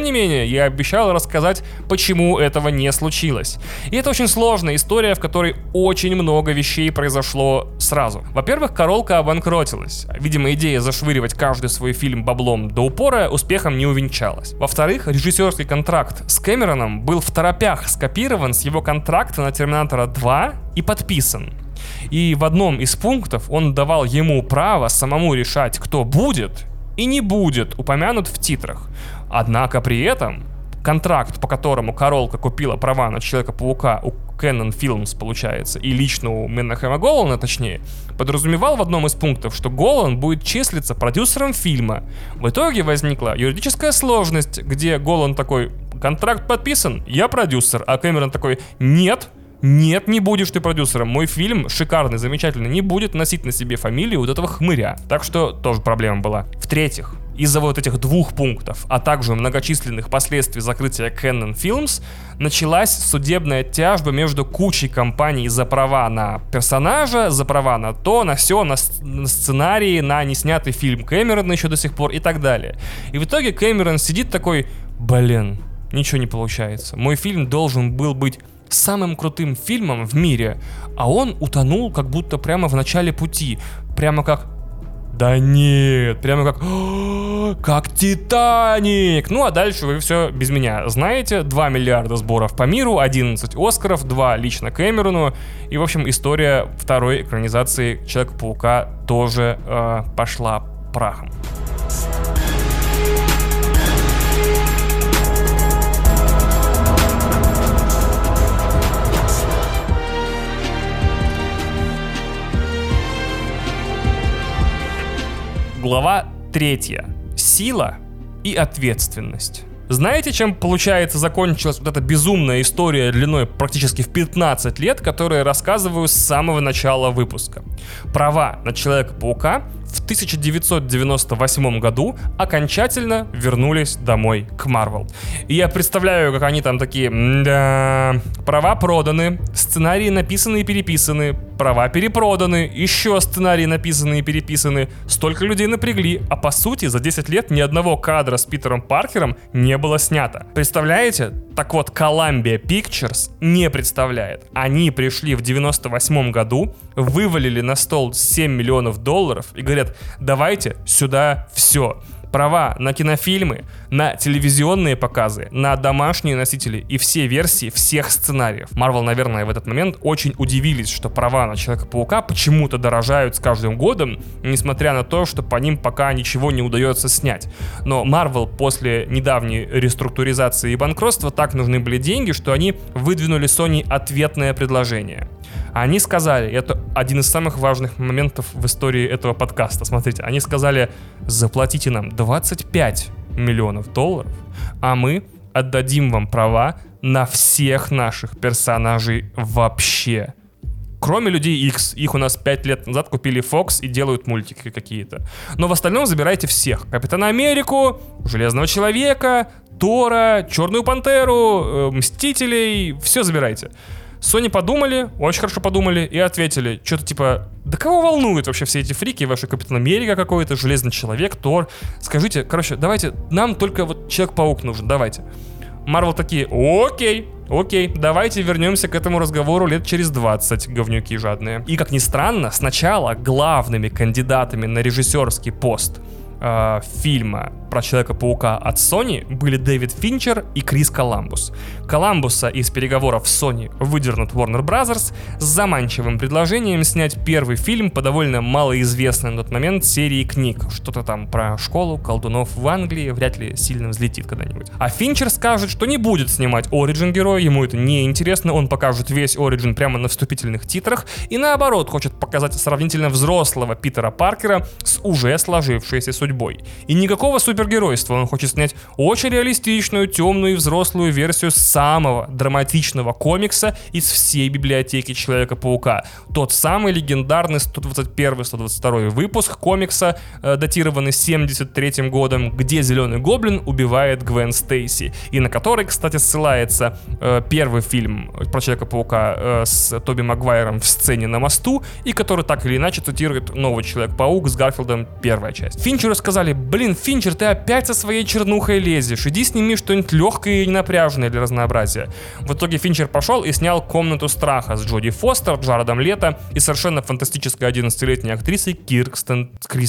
не менее, я обещал рассказать, почему этого не случилось. И это очень сложная история, в которой очень много вещей произошло сразу. Во-первых, Королка обанкротилась. Видимо, идея зашвыривать каждый свой фильм баблом до упора успехом не увенчалась. Во-вторых, режиссерский контракт с Кэмероном был второпях скопирован с его контракта на «Терминатора 2» и подписан. И в одном из пунктов он давал ему право самому решать, кто будет и не будет упомянут в титрах. Однако при этом контракт, по которому Королка купила права на Человека-паука у Canon Films, получается, и лично у Менахема Голлана, точнее, подразумевал в одном из пунктов, что Голлан будет числиться продюсером фильма. В итоге возникла юридическая сложность, где Голлан такой: контракт подписан, я продюсер, а Кэмерон такой: нет, не будешь ты продюсером. Мой фильм шикарный, замечательный, не будет носить на себе фамилию вот этого хмыря. Так что тоже проблема была. В-третьих, из-за вот этих двух пунктов, а также многочисленных последствий закрытия Canon Films, началась судебная тяжба между кучей компаний за права на персонажа, за права на то, на сё, на сценарии, на неснятый фильм Кэмерона еще до сих пор и так далее. И в итоге Кэмерон сидит такой: блин, ничего не получается. Мой фильм должен был быть самым крутым фильмом в мире, а он утонул как будто прямо в начале пути. Прямо как... Да нет, прямо как Титаник. Ну а дальше вы все без меня знаете. 2 миллиарда сборов по миру, 11 Оскаров, 2 лично Кэмерону. И в общем история второй экранизации Человека-паука тоже пошла прахом. Глава 3. Сила и ответственность. Знаете, чем, получается, закончилась вот эта безумная история длиной практически в 15 лет, которую я рассказываю с самого начала выпуска? Права на Человека-паука в 1998 году окончательно вернулись домой к Marvel. И я представляю, как они там такие: да, права проданы, сценарии написаны и переписаны, права перепроданы, еще сценарии написаны и переписаны, столько людей напрягли, а по сути за 10 лет ни одного кадра с Питером Паркером не было снято. Представляете? Так вот, Columbia Pictures не представляет. Они пришли в 98 году, вывалили на стол $7 миллионов и говорят: давайте сюда все. Права на кинофильмы, на телевизионные показы, на домашние носители и все версии всех сценариев. Marvel, наверное, в этот момент очень удивились, что права на Человека-паука почему-то дорожают с каждым годом, несмотря на то, что по ним пока ничего не удается снять. Но Marvel после недавней реструктуризации и банкротства так нужны были деньги, что они выдвинули Sony ответное предложение. Они сказали, это один из самых важных моментов в истории этого подкаста, смотрите, они сказали: заплатите нам $25 миллионов, а мы отдадим вам права на всех наших персонажей вообще. Кроме Людей Икс, их у нас 5 лет назад купили Fox и делают мультики какие-то. Но в остальном забирайте всех. Капитана Америку, Железного Человека, Тора, Черную Пантеру, Мстителей, все забирайте. Sony подумали, очень хорошо подумали и ответили, что-то типа: да кого волнуют вообще все эти фрики, ваши Капитан Америка какой-то, Железный Человек, Тор. Скажите, короче, давайте, нам только вот Человек-паук нужен, давайте. Marvel такие: окей, давайте вернемся к этому разговору лет через 20, говнюки жадные. И как ни странно, сначала главными кандидатами на режиссерский пост фильма про Человека-паука от Sony были Дэвид Финчер и Крис Коламбус. Коламбуса из переговоров с Sony выдернут Warner Brothers с заманчивым предложением снять первый фильм по довольно малоизвестной на тот момент серии книг. Что-то там про школу колдунов в Англии, вряд ли сильно взлетит когда-нибудь. А Финчер скажет, что не будет снимать оригин героя, ему это не интересно, он покажет весь оригин прямо на вступительных титрах и наоборот хочет показать сравнительно взрослого Питера Паркера с уже сложившейся судьбой. И никакого супергеройства, он хочет снять очень реалистичную, темную и взрослую версию самого драматичного комикса из всей библиотеки Человека-паука. Тот самый легендарный 121-122 выпуск комикса, датированный 73 годом, где Зеленый Гоблин убивает Гвен Стейси, и на который, кстати, ссылается первый фильм про Человека-паука с Тоби Магуайром в сцене на мосту, и который так или иначе цитирует Новый Человек-паук с Гарфилдом, первая часть. Финчеру которые сказали: блин, Финчер, ты опять со своей чернухой лезешь, иди сними что-нибудь легкое и ненапряженное для разнообразия. В итоге Финчер пошел и снял «Комнату страха» с Джоди Фостер, Джаредом Лето и совершенно фантастической 11-летней актрисой Кирстен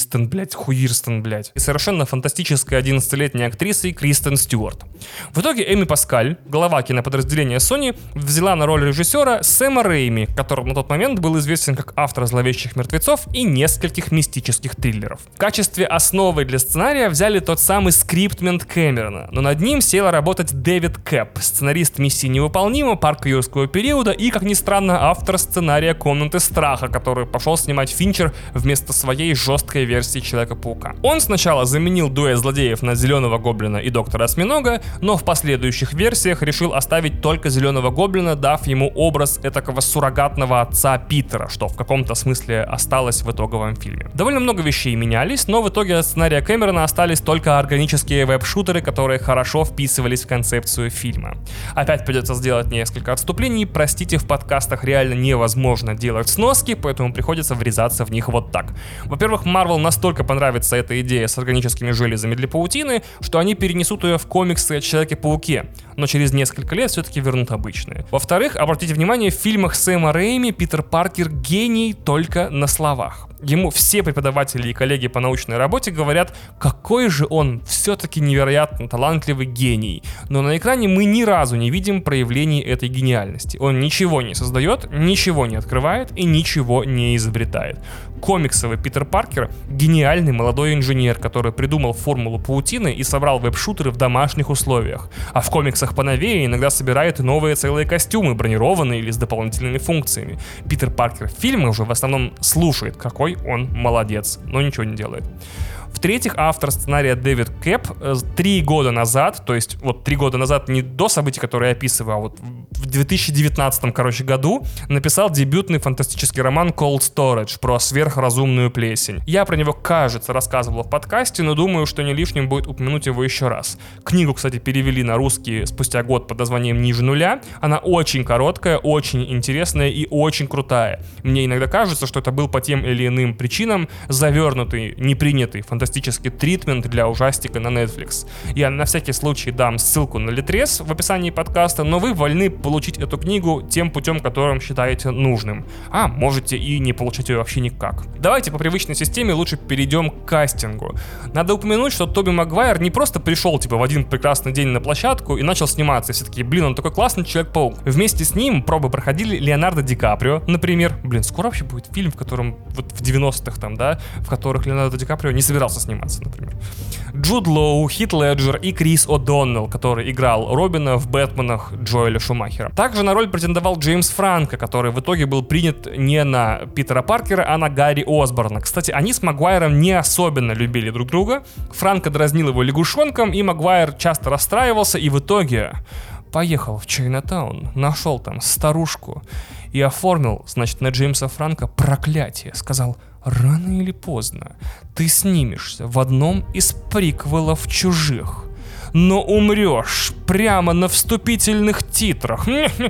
Стюарт. В итоге Эми Паскаль, глава киноподразделения Sony, взяла на роль режиссера Сэма Рэйми, который на тот момент был известен как автор «Зловещих мертвецов» и нескольких мистических триллеров. В качестве основы для сценария взяли тот самый скриптмент Кэмерона, но над ним сел работать Дэвид Кэп, сценарист «Миссии невыполнима», «Парка юрского периода» и, как ни странно, автор сценария «Комнаты страха», который пошел снимать Финчер вместо своей жесткой версии Человека-паука. Он сначала заменил дуэт злодеев на Зеленого Гоблина и Доктора Осьминога, но в последующих версиях решил оставить только Зеленого Гоблина, дав ему образ этакого суррогатного отца Питера, что в каком-то смысле осталось в итоговом фильме. Довольно много вещей менялись, но в итоге от сценария Кэмерона остались только органические веб-шутеры, которые хорошо вписывались в концепцию фильма. Опять придется сделать несколько отступлений, простите, в подкастах реально невозможно делать сноски, поэтому приходится врезаться в них вот так. Во-первых, Marvel настолько понравится эта идея с органическими железами для паутины, что они перенесут ее в комиксы о Человеке-пауке, но через несколько лет все-таки вернут обычные. Во-вторых, обратите внимание, в фильмах Сэма Рэйми Питер Паркер гений только на словах. Ему все преподаватели и коллеги по научной работе говорят, какой же он все-таки невероятно талантливый гений. Но на экране мы ни разу не видим проявлений этой гениальности. Он ничего не создает, ничего не открывает и ничего не изобретает. Комиксовый Питер Паркер — гениальный молодой инженер, который придумал формулу паутины и собрал веб-шутеры в домашних условиях. А в комиксах поновее иногда собирает новые целые костюмы, бронированные или с дополнительными функциями. Питер Паркер в фильмах уже в основном слушает, какой он молодец, но ничего не делает. В-третьих, автор сценария Дэвид Кэп 3 года назад, то есть вот 3 года назад не до событий, которые я описываю, а вот в 2019 году написал дебютный фантастический роман Cold Storage про сверхразумную плесень. Я про него, кажется, рассказывал в подкасте, но думаю, что не лишним будет упомянуть его еще раз. Книгу, кстати, перевели на русский спустя год под названием «Ниже нуля». Она очень короткая, очень интересная и очень крутая. Мне иногда кажется, что это был по тем или иным причинам завернутый, непринятый фантастический тритмент для ужастика на Netflix. Я на всякий случай дам ссылку на Литрес в описании подкаста, но вы вольны получить эту книгу тем путем, которым считаете нужным. А можете и не получить ее вообще никак. Давайте по привычной системе лучше перейдем к кастингу. Надо упомянуть, что Тоби Магуайр не просто пришел в один прекрасный день на площадку и начал сниматься. И все такие, он такой классный Человек-паук. Вместе с ним пробы проходили Леонардо Ди Каприо, например. Скоро вообще будет фильм, в котором вот в 90-х там, да, в которых Леонардо Ди Каприо не собирался сниматься, например. Джуд Лоу, Хит Леджер и Крис О'Доннелл, который играл Робина в «Бэтменах» Джоэля Шумахера. Также на роль претендовал Джеймс Франко, который в итоге был принят не на Питера Паркера, а на Гарри Осборна. Кстати, они с Магуайром не особенно любили друг друга. Франко дразнил его лягушонком, и Магуайр часто расстраивался, и в итоге поехал в Чайнатаун, нашел там старушку и оформил, на Джеймса Франко проклятие. Сказал: рано или поздно ты снимешься в одном из приквелов «Чужих», но умрешь прямо на вступительных титрах.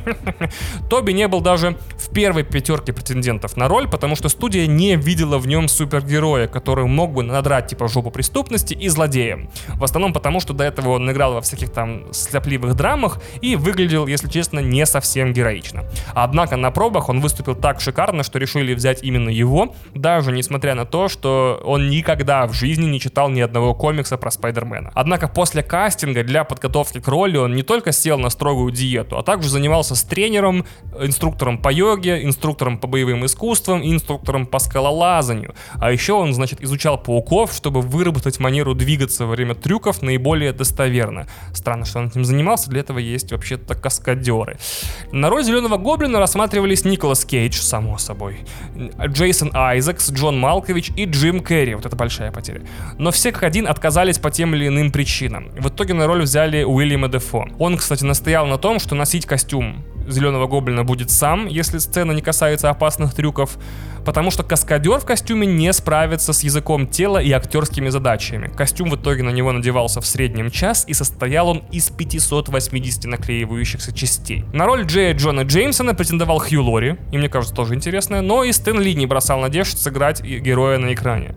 Тоби не был даже в первой 5 претендентов на роль, потому что студия не видела в нем супергероя, который мог бы надрать жопу преступности и злодеям. В основном потому, что до этого он играл во всяких там сляпливых драмах и выглядел, если честно, не совсем героично. Однако на пробах он выступил так шикарно, что решили взять именно его, даже несмотря на то, что он никогда в жизни не читал ни одного комикса про Спайдермена. Однако после кастинга для подготовки к роли он не только сел на строгую диету, а также занимался с тренером, инструктором по йоге, инструктором по боевым искусствам и инструктором по скалолазанию. А еще он, изучал пауков, чтобы выработать манеру двигаться во время трюков наиболее достоверно. Странно, что он этим занимался, для этого есть вообще-то каскадеры. На роль Зеленого Гоблина рассматривались Николас Кейдж, само собой, Джейсон Айзекс, Джон Малкович и Джим Керри. Вот это большая потеря. Но все как один отказались по тем или иным причинам. В итоге на роль взяли Уильяма Дефо. Он, кстати, настоял на том, что носить костюм Зеленого Гоблина будет сам, если сцена не касается опасных трюков, потому что каскадер в костюме не справится с языком тела и актерскими задачами. Костюм в итоге на него надевался в среднем час, и состоял он из 580 наклеивающихся частей. На роль Джея Джона Джеймсона претендовал Хью Лори, и мне кажется, тоже интересное, но и Стэн Ли не бросал надежд сыграть героя на экране.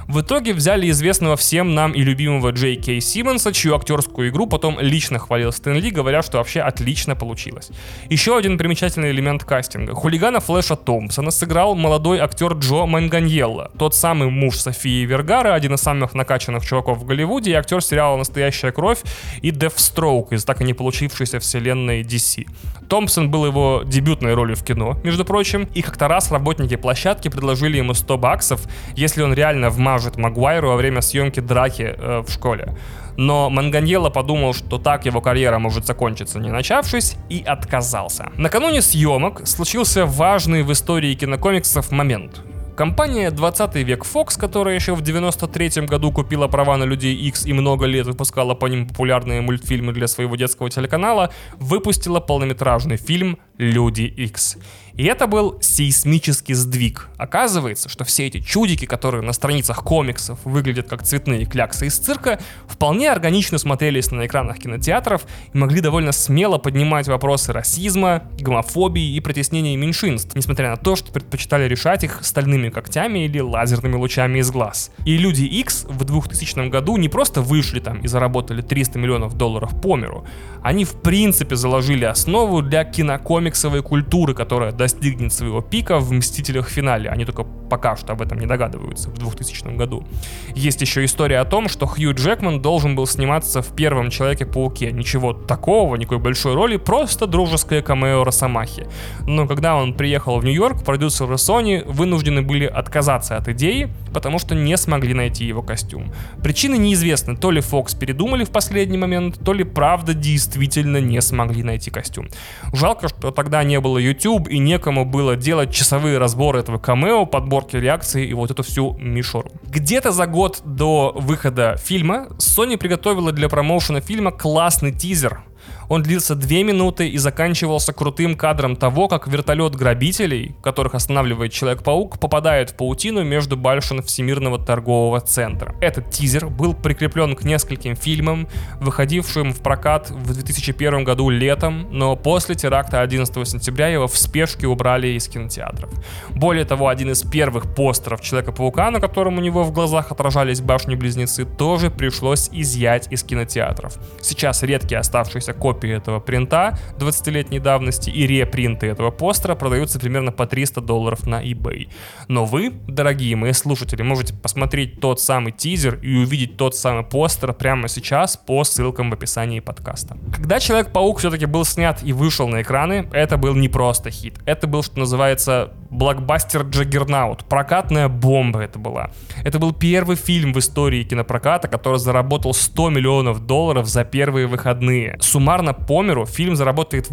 В итоге взяли известного всем нам и любимого Джей Кей Симмонса, чью актерскую игру потом лично хвалил Стэн Ли, говоря, что вообще отлично получилось. Еще один примечательный элемент кастинга. Хулигана Флэша Томпсона сыграл молодой актер Джо Манганьелло, тот самый муж Софии Вергары, один из самых накачанных чуваков в Голливуде и актер сериала «Настоящая кровь» и Deathstroke из так и не получившейся вселенной DC. Томпсон был его дебютной ролью в кино, между прочим, и как-то раз работники площадки предложили ему $100, если он реально вмажет Магуайру во время съемки драки в школе. Но Манганьелло подумал, что так его карьера может закончиться, не начавшись, и отказался. Накануне съемок случился важный в истории кинокомиксов момент. Компания 20 век Fox, которая еще в 93 году купила права на Людей Икс и много лет выпускала по ним популярные мультфильмы для своего детского телеканала, выпустила полнометражный фильм «Люди Икс». И это был сейсмический сдвиг. Оказывается, что все эти чудики, которые на страницах комиксов выглядят как цветные кляксы из цирка, вполне органично смотрелись на экранах кинотеатров и могли довольно смело поднимать вопросы расизма, гомофобии и притеснения меньшинств, несмотря на то, что предпочитали решать их стальными когтями или лазерными лучами из глаз. И Люди Икс в 2000 году не просто вышли там и заработали $300 миллионов по миру, они в принципе заложили основу для кинокомиксовой культуры, которая достигнет своего пика в «Мстителях» в финале. Они только пока что об этом не догадываются в 2000 году. Есть еще история о том, что Хью Джекман должен был сниматься в первом Человеке-пауке. Ничего такого, никакой большой роли, просто дружеское камео Росомахи. Но когда он приехал в Нью-Йорк, продюсеры Sony вынуждены были отказаться от идеи, потому что не смогли найти его костюм. Причины неизвестны, то ли Fox передумали в последний момент, то ли правда действительно не смогли найти костюм. Жалко, что тогда не было YouTube и некому было делать часовые разборы этого камео, подборки реакций и вот эту всю мишуру. Где-то за год до выхода фильма Sony приготовила для промоушена фильма классный тизер. Он длился 2 минуты и заканчивался крутым кадром того, как вертолет грабителей, которых останавливает Человек-паук, попадает в паутину между башен Всемирного торгового центра. Этот тизер был прикреплен к нескольким фильмам, выходившим в прокат в 2001 году летом, но после теракта 11 сентября его в спешке убрали из кинотеатров. Более того, один из первых постеров Человека-паука, на котором у него в глазах отражались башни-близнецы, тоже пришлось изъять из кинотеатров. Сейчас редкие оставшиеся копии этого принта 20-летней давности и репринты этого постера продаются примерно по $300 на eBay. Но вы, дорогие мои слушатели, можете посмотреть тот самый тизер и увидеть тот самый постер прямо сейчас по ссылкам в описании подкаста. Когда Человек-паук все-таки был снят и вышел на экраны, это был не просто хит. Это был, что называется, блокбастер-джаггернаут. Прокатная бомба это была. Это был первый фильм в истории кинопроката, который заработал $100 миллионов за первые выходные. Суммарно по миру фильм заработает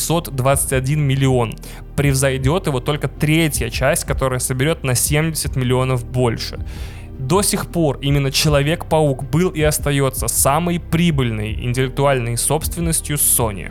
821 миллион. Превзойдет его только третья часть, которая соберет на 70 миллионов больше. До сих пор именно Человек-паук был и остается самой прибыльной интеллектуальной собственностью Sony.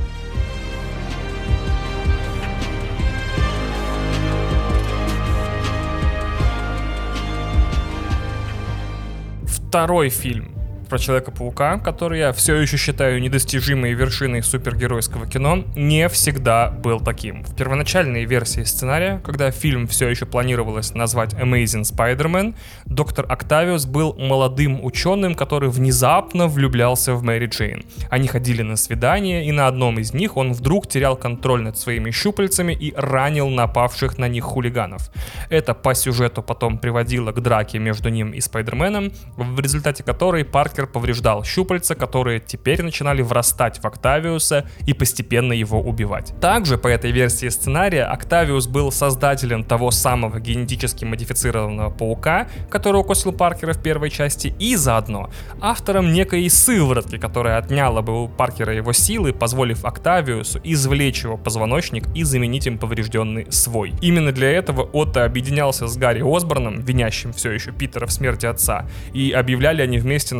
Второй фильм про Человека-паука, который я все еще считаю недостижимой вершиной супергеройского кино, не всегда был таким. В первоначальной версии сценария, когда фильм все еще планировалось назвать Amazing Spider-Man, доктор Октавиус был молодым ученым, который внезапно влюблялся в Мэри Джейн. Они ходили на свидания, и на одном из них он вдруг терял контроль над своими щупальцами и ранил напавших на них хулиганов. Это по сюжету потом приводило к драке между ним и Спайдерменом, в результате которой Паркер повреждал щупальца, которые теперь начинали врастать в Октавиуса и постепенно его убивать. Также по этой версии сценария Октавиус был создателем того самого генетически модифицированного паука, который укусил Паркера в первой части, и заодно автором некой сыворотки, которая отняла бы у Паркера его силы, позволив Октавиусу извлечь его позвоночник и заменить им поврежденный свой. Именно для этого Отто объединялся с Гарри Осборном, винящим все еще Питера в смерти отца, и объявляли они вместе награду в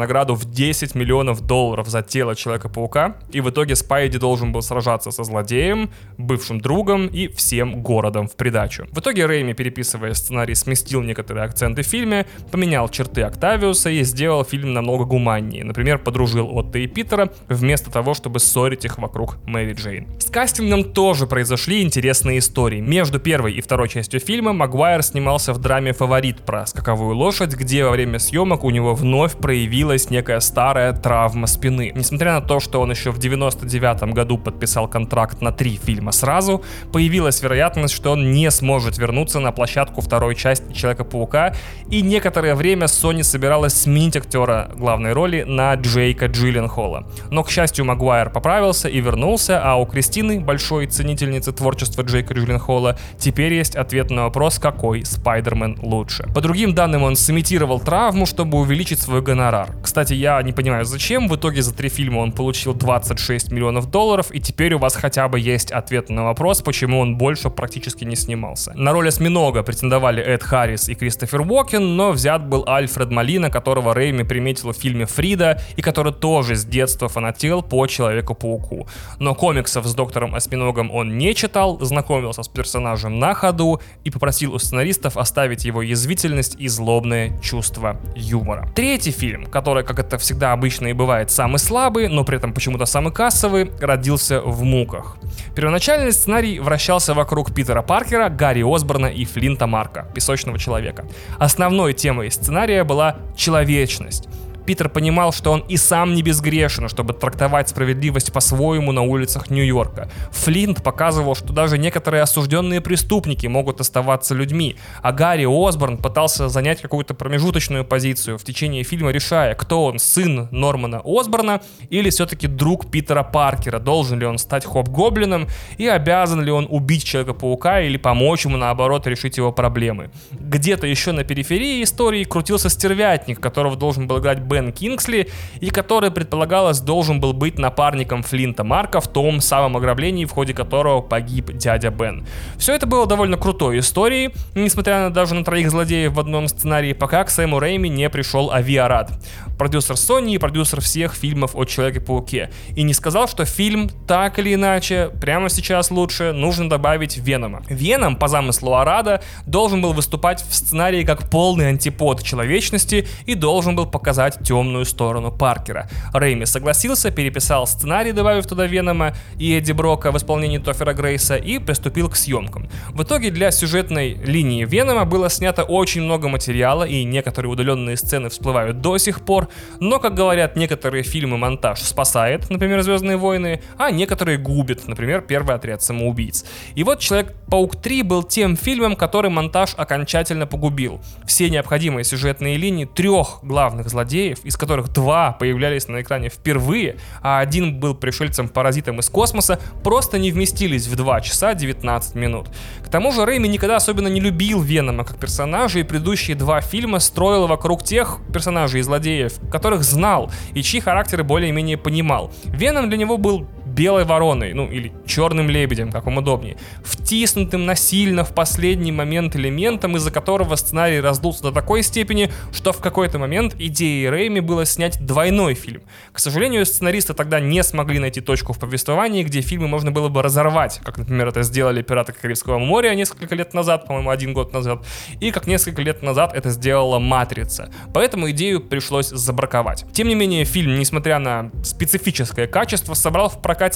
$10 миллионов за тело Человека-паука, и в итоге Спайди должен был сражаться со злодеем, бывшим другом и всем городом в придачу. В итоге Рэйми, переписывая сценарий, сместил некоторые акценты в фильме, поменял черты Октавиуса и сделал фильм намного гуманнее. Например, подружил Отто и Питера, вместо того, чтобы ссорить их вокруг Мэри Джейн. С кастингом тоже произошли интересные истории. Между первой и второй частью фильма Магуайр снимался в драме «Фаворит» про скаковую лошадь, где во время съемок у него вновь проявилась некая старая травма спины. Несмотря на то, что он еще в 99 году подписал контракт на 3 фильма сразу, появилась вероятность, что он не сможет вернуться на площадку второй части Человека-паука, и некоторое время Sony собиралась сменить актера главной роли на Джейка Джилленхола. Но, к счастью, Магуайр поправился и вернулся, а у Кристины, большой ценительницы творчества Джейка Джилленхола, теперь есть ответ на вопрос, какой Спайдермен лучше. По другим данным, он сымитировал травму, чтобы увеличить свой гонорар. Кстати, я не понимаю, зачем. В итоге за 3 фильма он получил $26 миллионов, и теперь у вас хотя бы есть ответ на вопрос, почему он больше практически не снимался. На роль осьминога претендовали Эд Харрис и Кристофер Уокен, но взят был Альфред Молина, которого Рэйми приметил в фильме «Фрида», и который тоже с детства фанател по Человеку-пауку. Но комиксов с Доктором Осьминогом он не читал, знакомился с персонажем на ходу и попросил у сценаристов оставить его язвительность и злобное чувство юмора. Третий фильм, который, как это всегда обычно и бывает, самый слабый, но при этом почему-то самый кассовый, родился в муках. Первоначальный сценарий вращался вокруг Питера Паркера, Гарри Осборна и Флинта Марка, Песочного человека. Основной темой сценария была человечность. Питер понимал, что он и сам не безгрешен, чтобы трактовать справедливость по-своему на улицах Нью-Йорка. Флинт показывал, что даже некоторые осужденные преступники могут оставаться людьми, а Гарри Осборн пытался занять какую-то промежуточную позицию в течение фильма, решая, кто он, сын Нормана Осборна или все-таки друг Питера Паркера, должен ли он стать Хоб-Гоблином и обязан ли он убить Человека-паука или помочь ему, наоборот, решить его проблемы. Где-то еще на периферии истории крутился стервятник, которого должен был играть Бен Кингсли, и который, предполагалось, должен был быть напарником Флинта Марка в том самом ограблении, в ходе которого погиб дядя Бен. Все это было довольно крутой историей, несмотря даже на 3 злодеев в одном сценарии, пока к Сэму Рэйми не пришел Ави Арад, продюсер Sony и продюсер всех фильмов о Человеке-пауке, и не сказал, что фильм так или иначе прямо сейчас лучше нужно добавить Венома. Веном, по замыслу Арада, должен был выступать в сценарии как полный антипод человечности и должен был показать темную сторону Паркера. Рэйми согласился, переписал сценарий, добавив туда Венома и Эдди Брока в исполнении Тофера Грейса, и приступил к съемкам. В итоге для сюжетной линии Венома было снято очень много материала, и некоторые удаленные сцены всплывают до сих пор, но, как говорят, некоторые фильмы монтаж спасает, например, «Звездные войны», а некоторые губит, например, «Первый отряд самоубийц». И вот «Человек-паук 3» был тем фильмом, который монтаж окончательно погубил. Все необходимые сюжетные линии 3 главных злодеев, из которых 2 появлялись на экране впервые, а 1 был пришельцем-паразитом из космоса, просто не вместились в 2 часа 19 минут. К тому же Рэйми никогда особенно не любил Венома как персонажа, и предыдущие 2 фильма строил вокруг тех персонажей и злодеев, которых знал и чьи характеры более-менее понимал. Веном для него был белой вороной, или черным лебедем, как вам удобнее, втиснутым насильно в последний момент элементом, из-за которого сценарий раздулся до такой степени, что в какой-то момент идеей Рэйми было снять двойной фильм. К сожалению, сценаристы тогда не смогли найти точку в повествовании, где фильмы можно было бы разорвать, как, например, это сделали «Пираты Карибского моря» несколько лет назад, по-моему, 1 год назад, и как несколько лет назад это сделала «Матрица». Поэтому идею пришлось забраковать. Тем не менее, фильм, несмотря на специфическое качество, собрал в прокате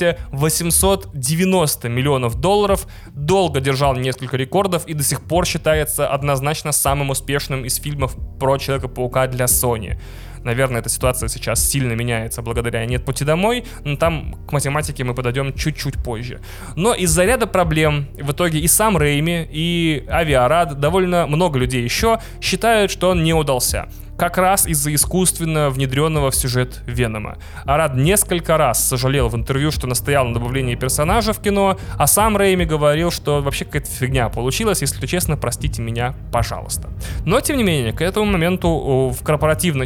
$890 миллионов, долго держал несколько рекордов и до сих пор считается однозначно самым успешным из фильмов про Человека-паука для Sony. Наверное, эта ситуация сейчас сильно меняется благодаря «Нет пути домой», но там к математике мы подойдем чуть-чуть позже. Но из-за ряда проблем в итоге и сам Рэйми, и Ави Арад, довольно много людей еще считают, что он не удался. Как раз из-за искусственно внедренного в сюжет Венома. Арад несколько раз сожалел в интервью, что настоял на добавлении персонажа в кино, а сам Рэйми говорил, что вообще какая-то фигня получилась, если честно, простите меня, пожалуйста. Но, тем не менее, к этому моменту в корпоративной части Sony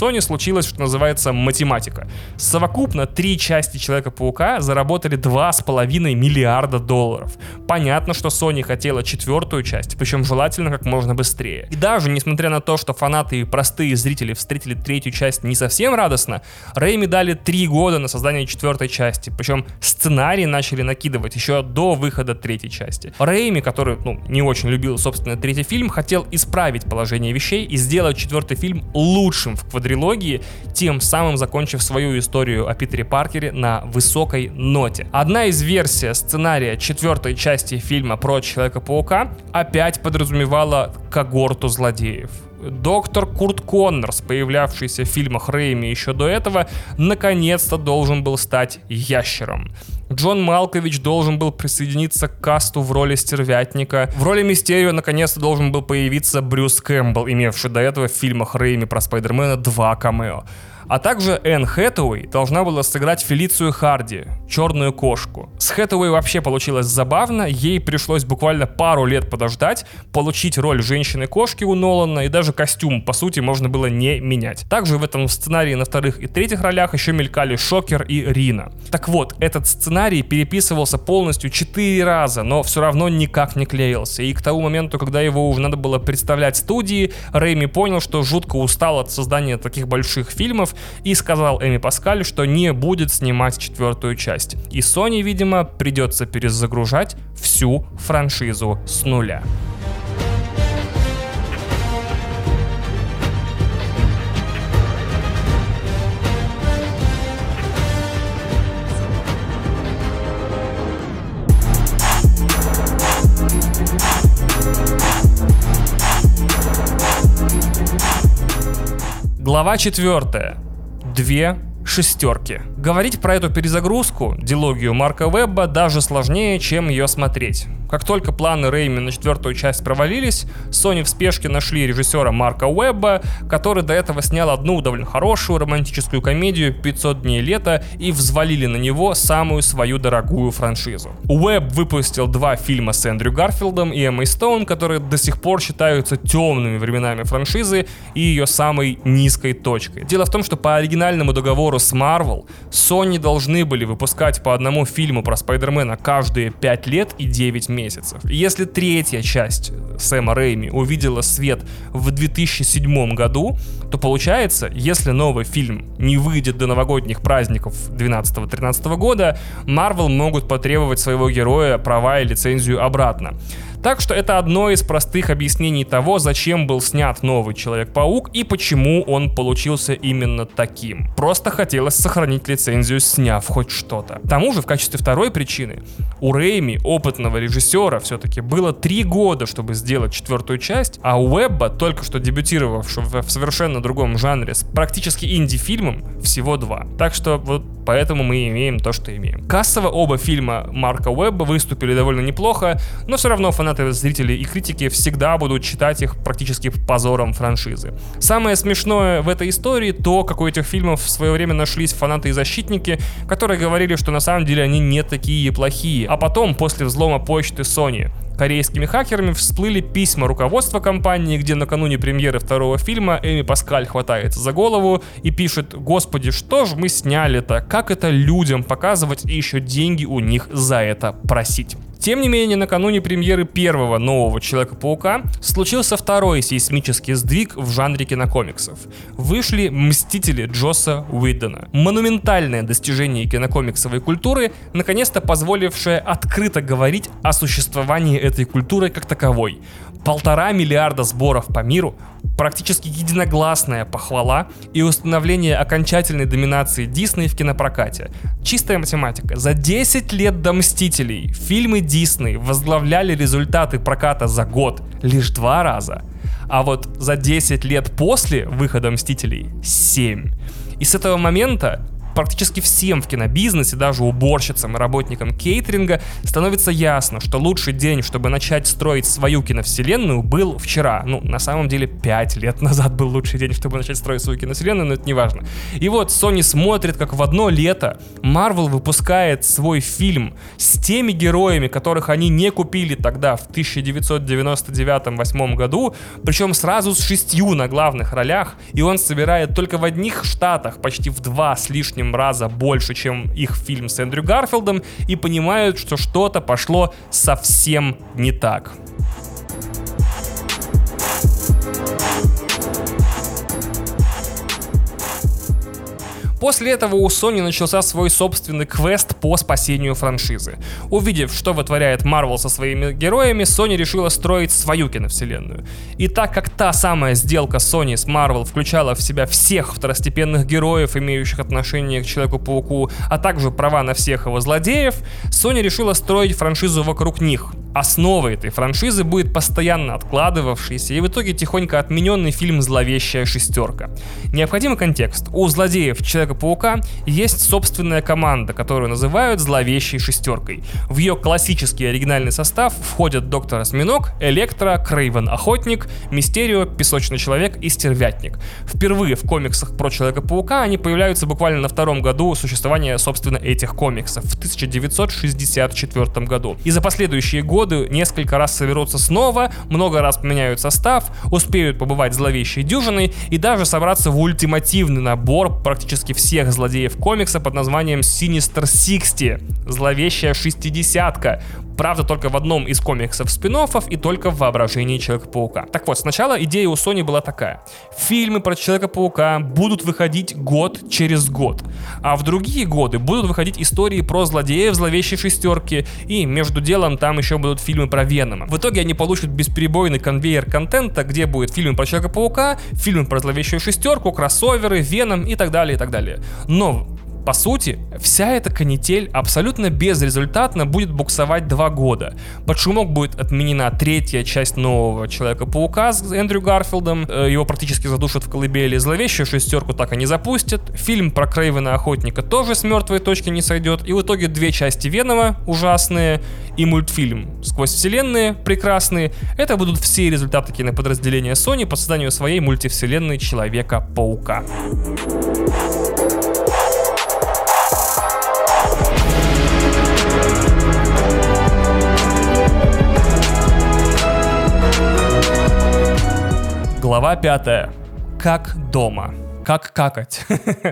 Sony случилась, что называется, математика. Совокупно 3 части Человека-паука заработали $2,5 миллиарда. Понятно, что Sony хотела 4-ю часть, причем желательно как можно быстрее. И даже несмотря на то, что фанаты и простые зрители встретили 3-ю часть не совсем радостно, Рэйми дали 3 года на создание 4-й части, причем сценарий начали накидывать еще до выхода 3-й части. Рэйми, который, не очень любил, собственно, 3-й фильм, хотел исправить положение вещей и сделать 4-й фильм лучшим в квадрилогии, тем самым закончив свою историю о Питере Паркере на высокой ноте. Одна из версий сценария 4-й части фильма про Человека-паука опять подразумевала когорту злодеев. Доктор Курт Коннорс, появлявшийся в фильмах Рэйми еще до этого, наконец-то должен был стать ящером. Джон Малкович должен был присоединиться к касту в роли Стервятника. В роли Мистерио наконец-то должен был появиться Брюс Кэмпбелл, имевший до этого в фильмах Рэйми про Спайдермена 2 камео. А также Энн Хэтэуэй должна была сыграть Фелицию Харди, черную кошку. С Хэтэуэй вообще получилось забавно, ей пришлось буквально пару лет подождать, получить роль женщины-кошки у Нолана, и даже костюм, по сути, можно было не менять. Также в этом сценарии на 2-х и 3-х ролях еще мелькали Шокер и Рина. Так вот, этот сценарий переписывался полностью 4 раза, но все равно никак не клеился. И к тому моменту, когда его уже надо было представлять студии, Рэйми понял, что жутко устал от создания таких больших фильмов, и сказал Эми Паскаль, что не будет снимать 4-ю часть. И Sony, видимо, придется перезагружать всю франшизу с нуля. Глава 4. 2 шестерки. Говорить про эту перезагрузку, дилогию Марка Уэбба, даже сложнее, чем ее смотреть. Как только планы Рэйми на 4-ю часть провалились, Sony в спешке нашли режиссера Марка Уэбба, который до этого снял одну довольно хорошую романтическую комедию «500 дней лета», и взвалили на него самую свою дорогую франшизу. Уэбб выпустил 2 фильма с Эндрю Гарфилдом и Эммой Стоун, которые до сих пор считаются темными временами франшизы и ее самой низкой точкой. Дело в том, что по оригинальному договору с Marvel Sony должны были выпускать по одному фильму про Спайдермена каждые 5 лет и 9 месяцев. Если 3-я часть Сэма Рэйми увидела свет в 2007 году, то получается, если новый фильм не выйдет до новогодних праздников 12-13 года, Marvel могут потребовать своего героя права и лицензию обратно. Так что это одно из простых объяснений того, зачем был снят новый Человек-паук и почему он получился именно таким. Просто хотелось сохранить лицензию, сняв хоть что-то. К тому же, в качестве второй причины, у Рэйми, опытного режиссера, все-таки было 3 года, чтобы сделать 4-ю часть, а у Уэбба, только что дебютировавшего в совершенно другом жанре, с практически инди-фильмом, всего 2. Так что вот поэтому мы имеем то, что имеем. Кассово оба фильма Марка Уэбба выступили довольно неплохо, но все равно фанаты, зрители и критики всегда будут считать их практически позором франшизы. Самое смешное в этой истории то, как у этих фильмов в свое время нашлись фанаты и защитники, которые говорили, что на самом деле они не такие плохие. А потом, после взлома почты Sony корейскими хакерами, всплыли письма руководства компании, где накануне премьеры 2-го фильма Эми Паскаль хватается за голову и пишет: «Господи, что ж мы сняли-то? Как это людям показывать и еще деньги у них за это просить?» Тем не менее, накануне премьеры первого нового Человека-паука случился второй сейсмический сдвиг в жанре кинокомиксов. Вышли «Мстители» Джосса Уидона. Монументальное достижение кинокомиксовой культуры, наконец-то позволившее открыто говорить о существовании этой культуры как таковой. 1,5 миллиарда сборов по миру, практически единогласная похвала и установление окончательной доминации Дисней в кинопрокате. Чистая математика. За 10 лет до «Мстителей» фильмы Дисней возглавляли результаты проката за год лишь 2 раза. А вот за 10 лет после выхода «Мстителей» 7. И с этого момента практически всем в кинобизнесе, даже уборщицам и работникам кейтеринга, становится ясно, что лучший день, чтобы начать строить свою киновселенную, был вчера. Ну, на самом деле, 5 лет назад был лучший день, чтобы начать строить свою киновселенную, но это не важно. И вот Sony смотрит, как в одно лето Marvel выпускает свой фильм с теми героями, которых они не купили тогда, в 1999-2008 году, причем сразу с 6 на главных ролях, и он собирает только в одних штатах почти в 2 с лишним раза больше, чем их фильм с Эндрю Гарфилдом, и понимают, что что-то пошло совсем не так. После этого у Sony начался свой собственный квест по спасению франшизы. Увидев, что вытворяет Marvel со своими героями, Sony решила строить свою киновселенную. И так как та самая сделка Sony с Marvel включала в себя всех второстепенных героев, имеющих отношение к Человеку-пауку, а также права на всех его злодеев, Sony решила строить франшизу вокруг них. Основой этой франшизы будет постоянно откладывавшийся и в итоге тихонько отмененный фильм «Зловещая шестерка». Необходимый контекст. У злодеев Человека-паука есть собственная команда, которую называют «Зловещей шестеркой». В ее классический оригинальный состав входят Доктор Осьминог, Электро, Крейвен Охотник, Мистерио, Песочный Человек и Стервятник. Впервые в комиксах про Человека-паука они появляются буквально на 2-м году существования, собственно, этих комиксов, в 1964 году. И за последующие годы несколько раз соберутся снова, много раз поменяют состав, успеют побывать зловещей дюжиной и даже собраться в ультимативный набор практически всех злодеев комикса под названием Sinister 60, зловещая шестидесятка. Правда, только в одном из комиксов спин-оффов и только в воображении Человека-паука. Так вот, сначала идея у Sony была такая. Фильмы про Человека-паука будут выходить год через год, а в другие годы будут выходить истории про злодеев зловещей шестерки, и между делом там еще будут фильмы про Венома. В итоге они получат бесперебойный конвейер контента, где будет фильмы про Человека-паука, фильмы про зловещую шестерку, кроссоверы, Веном и так далее, и так далее. Но по сути, вся эта канитель абсолютно безрезультатно будет буксовать 2 года. Под шумок будет отменена 3-я часть нового Человека-паука с Эндрю Гарфилдом, его практически задушат в колыбели, зловещую шестерку так и не запустят, фильм про Крейвена Охотника тоже с мертвой точки не сойдет, и в итоге 2 части Венома ужасные и мультфильм «Сквозь вселенные» прекрасные. Это будут все результаты киноподразделения Sony по созданию своей мультивселенной Человека-паука. Глава 5. Как дома. Как какать.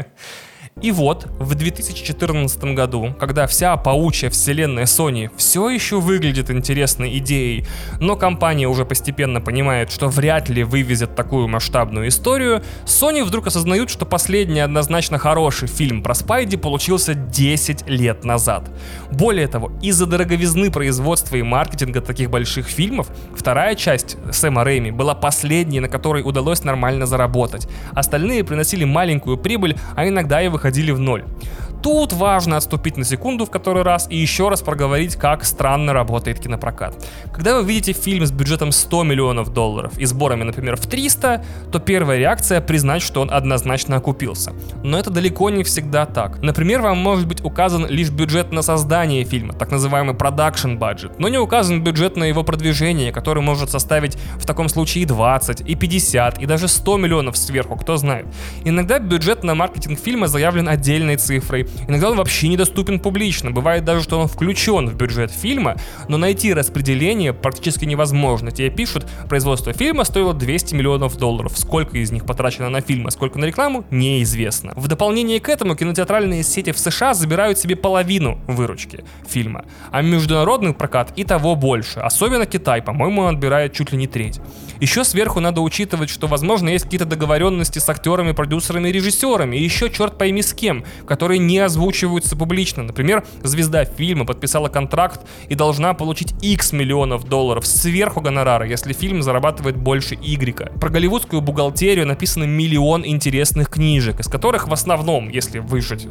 И вот, в 2014 году, когда вся паучья вселенная Sony все еще выглядит интересной идеей, но компания уже постепенно понимает, что вряд ли вывезет такую масштабную историю, Sony вдруг осознают, что последний однозначно хороший фильм про Спайди получился 10 лет назад. Более того, из-за дороговизны производства и маркетинга таких больших фильмов, 2-я часть Сэма Рэйми была последней, на которой удалось нормально заработать. Остальные приносили маленькую прибыль, а иногда и выходили в ноль. Тут важно отступить на секунду в который раз и еще раз проговорить, как странно работает кинопрокат. Когда вы видите фильм с бюджетом $100 миллионов и сборами, например, в 300, то первая реакция — признать, что он однозначно окупился. Но это далеко не всегда так. Например, вам может быть указан лишь бюджет на создание фильма, так называемый production budget, но не указан бюджет на его продвижение, который может составить в таком случае и 20, и 50, и даже 100 миллионов сверху, кто знает. Иногда бюджет на маркетинг фильма заявлен отдельной цифрой, иногда он вообще недоступен публично. Бывает даже, что он включен в бюджет фильма, но найти распределение практически невозможно. Тебе пишут, производство фильма стоило $200 миллионов. Сколько из них потрачено на фильм, а сколько на рекламу, неизвестно. В дополнение к этому кинотеатральные сети в США забирают себе половину выручки фильма, а международный прокат и того больше. Особенно Китай, по-моему, отбирает чуть ли не треть. Еще сверху надо учитывать, что, возможно, есть какие-то договоренности с актерами, продюсерами и режиссерами, и еще черт пойми с кем, которые не озвучиваются публично. Например, звезда фильма подписала контракт и должна получить X миллионов долларов сверху гонорара, если фильм зарабатывает больше Y. Про голливудскую бухгалтерию написано миллион интересных книжек, из которых в основном, если выжать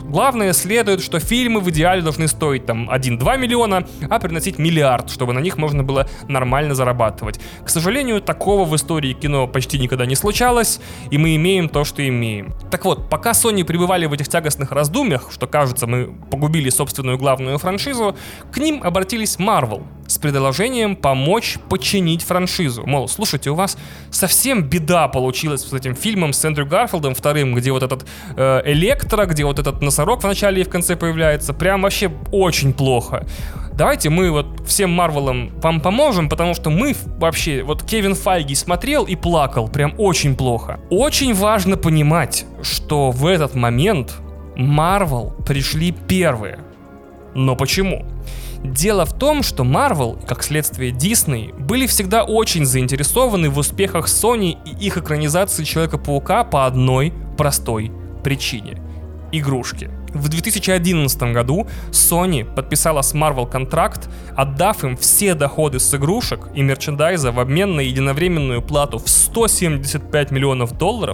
Главное следует, что фильмы в идеале должны стоить там 1-2 миллиона, а приносить миллиард, чтобы на них можно было нормально зарабатывать. К сожалению, такого в истории кино почти никогда не случалось, и мы имеем то, что имеем. Так вот, пока Sony пребывали в этих тягостных раздумьях, что, кажется, мы погубили собственную главную франшизу, к ним обратились Marvel с предложением помочь починить франшизу. Мол, слушайте, у вас совсем беда получилась с этим фильмом с Эндрю Гарфилдом вторым, где вот этот Электро, где вот этот носорог в начале и в конце появляется. Прям вообще очень плохо. Давайте мы вот всем Марвелам вам поможем, потому что мы вообще... Вот Кевин Файги смотрел и плакал. Прям очень плохо. Очень важно понимать, что в этот момент Марвел пришли первые. Но почему? Дело в том, что Marvel, как следствие Disney, были всегда очень заинтересованы в успехах Sony и их экранизации Человека-паука по одной простой причине – игрушки. В 2011 году Sony подписала с Marvel контракт, отдав им все доходы с игрушек и мерчендайза в обмен на единовременную плату в $175 миллионов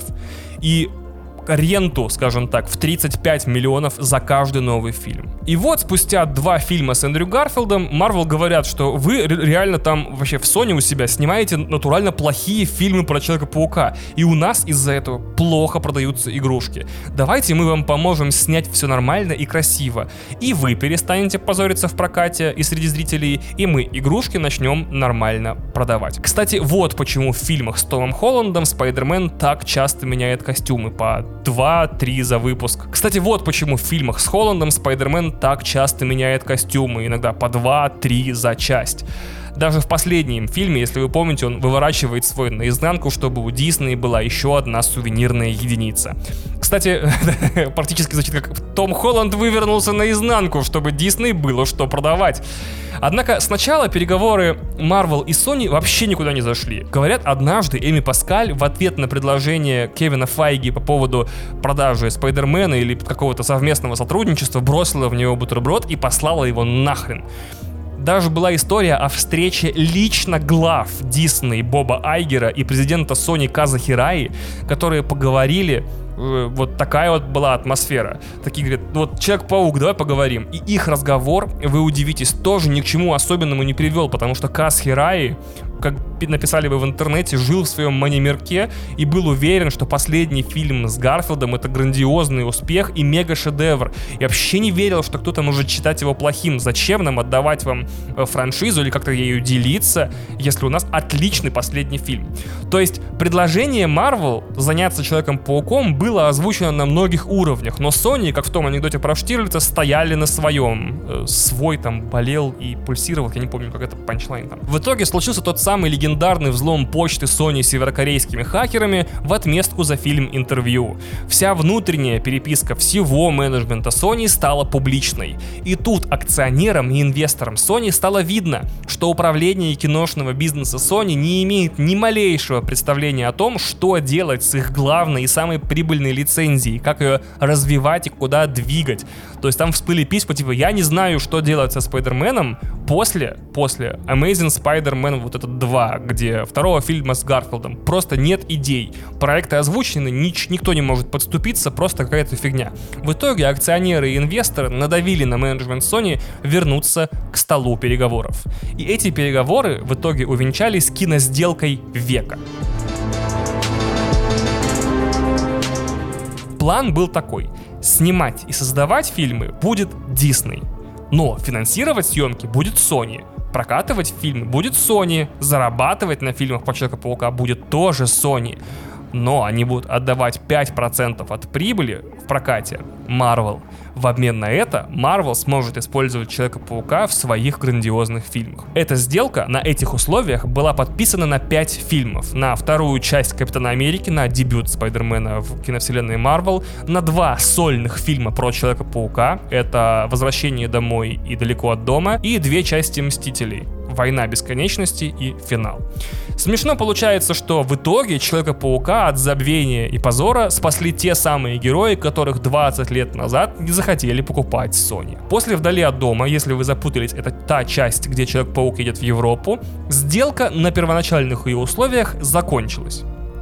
и ренту, скажем так, в 35 миллионов за каждый новый фильм. И вот спустя 2 фильма с Эндрю Гарфилдом Marvel говорят, что вы реально там вообще в Sony у себя снимаете натурально плохие фильмы про Человека-паука, и у нас из-за этого плохо продаются игрушки. Давайте мы вам поможем снять все нормально и красиво, и вы перестанете позориться в прокате и среди зрителей, и мы игрушки начнем нормально продавать. Кстати, вот почему в фильмах с Томом Холландом Спайдермен так часто меняет костюмы по 2-3 за выпуск. Кстати, вот почему в фильмах с Холландом Спайдермен так часто меняет костюмы, иногда по 2-3 за часть. Даже в последнем фильме, если вы помните, он выворачивает свой наизнанку, чтобы у Дисней была еще одна сувенирная единица. Кстати, практически звучит как Том Холланд вывернулся наизнанку, чтобы Дисней было что продавать. Однако сначала переговоры Marvel и Sony вообще никуда не зашли. Говорят, однажды Эми Паскаль в ответ на предложение Кевина Файги по поводу продажи Спайдермена или какого-то совместного сотрудничества бросила в него бутерброд и послала его нахрен. Даже была история о встрече лично глав Дисней Боба Айгера и президента Sony Каза Хираи, которые поговорили. Вот такая вот была атмосфера. Такие говорят, вот Человек-паук, давай поговорим. И их разговор, вы удивитесь, тоже ни к чему особенному не привел, потому что Каз Хираи, как написали вы в интернете, жил в своем манимирке и был уверен, что последний фильм с Гарфилдом — это грандиозный успех и мега-шедевр. И вообще не верил, что кто-то может считать его плохим. Зачем нам отдавать вам франшизу или как-то ею делиться, если у нас отличный последний фильм? То есть предложение Marvel заняться Человеком-пауком было озвучено на многих уровнях, но Sony, как в том анекдоте про Штирлица, стояли на своем. Свой там болел и пульсировал, я не помню, как это панчлайн там. В итоге случился тот самый легендарный взлом почты Sony северокорейскими хакерами в отместку за фильм «Интервью». Вся внутренняя переписка всего менеджмента Sony стала публичной. И тут акционерам и инвесторам Sony стало видно, что управление киношного бизнеса Sony не имеет ни малейшего представления о том, что делать с их главной и самой прибыльной лицензией, как ее развивать и куда двигать. То есть там всплыли письма типа «Я не знаю, что делать со Спайдерменом после Amazing Spider-Man вот этот 2, где второго фильма с Гарфилдом. Просто нет идей. Проекты озвучены, никто не может подступиться, просто какая-то фигня». В итоге акционеры и инвесторы надавили на менеджмент Sony вернуться к столу переговоров. И эти переговоры в итоге увенчались киносделкой века. План был такой: снимать и создавать фильмы будет Disney, но финансировать съемки будет Sony, прокатывать фильмы будет Sony, зарабатывать на фильмах по Человеку-паука будет тоже Sony, но они будут отдавать 5% от прибыли в прокате Marvel. В обмен на это Marvel сможет использовать Человека-паука в своих грандиозных фильмах. Эта сделка на этих условиях была подписана на 5 фильмов. На вторую часть Капитана Америки, на дебют Спайдермена в киновселенной Marvel, на 2 сольных фильма про Человека-паука, это «Возвращение домой» и «Далеко от дома», и 2 части Мстителей: «Война бесконечности» и «Финал». Смешно получается, что в итоге Человека-паука от забвения и позора спасли те самые герои, которых 20 лет назад не захотели покупать Sony. После «Вдали от дома», если вы запутались, это та часть, где Человек-паук едет в Европу, сделка на первоначальных ее условиях закончилась.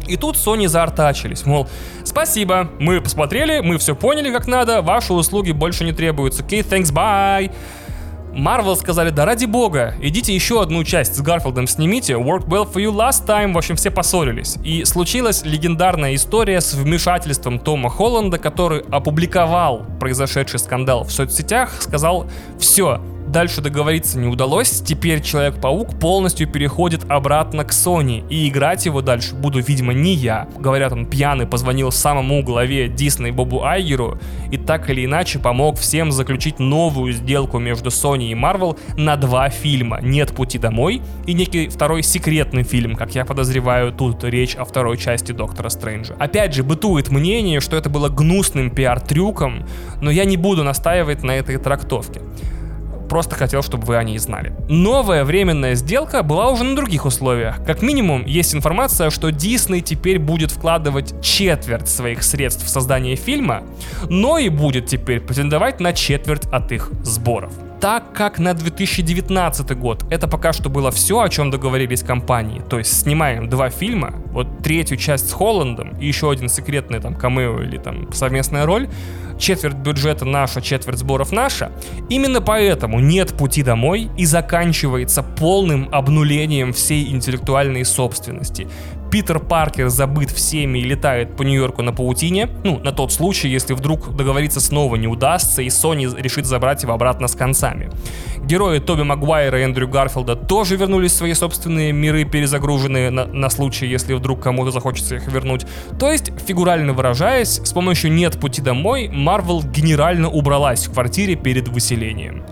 И тут Sony заортачились, мол, спасибо, мы посмотрели, мы все поняли как надо, ваши услуги больше не требуются. Окей, thanks, bye. Marvel сказали, да ради бога, идите еще одну часть с Гарфилдом снимите, worked well for you last time, в общем, все поссорились. И случилась легендарная история с вмешательством Тома Холланда, который опубликовал произошедший скандал в соцсетях, сказал, все, дальше договориться не удалось, теперь Человек-паук полностью переходит обратно к Sony, и играть его дальше буду, видимо, не я. Говорят, он пьяный позвонил самому главе Disney Бобу Айгеру и так или иначе помог всем заключить новую сделку между Sony и Marvel на 2 фильма «Нет пути домой» и некий второй секретный фильм, как я подозреваю, тут речь о второй части Доктора Стрэнджа. Опять же, бытует мнение, что это было гнусным пиар-трюком, но я не буду настаивать на этой трактовке. Просто хотел, чтобы вы о ней знали. Новая временная сделка была уже на других условиях. Как минимум, есть информация, что Disney теперь будет вкладывать четверть своих средств в создание фильма, но и будет теперь претендовать на четверть от их сборов. Так как на 2019 год это пока что было все, о чем договорились компании, то есть снимаем 2 фильма, вот 3-ю часть с Холландом и еще один секретный там камео или там совместная роль, четверть бюджета наша, четверть сборов наша, именно поэтому «Нет пути домой» и заканчивается полным обнулением всей интеллектуальной собственности. Питер Паркер забыт всеми и летает по Нью-Йорку на паутине, на тот случай, если вдруг договориться снова не удастся и Sony решит забрать его обратно с концами. Герои Тоби Магуайра и Эндрю Гарфилда тоже вернулись в свои собственные миры, перезагруженные на случай, если вдруг кому-то захочется их вернуть. То есть, фигурально выражаясь, с помощью «Нет пути домой» Marvel генерально убралась в квартире перед выселением.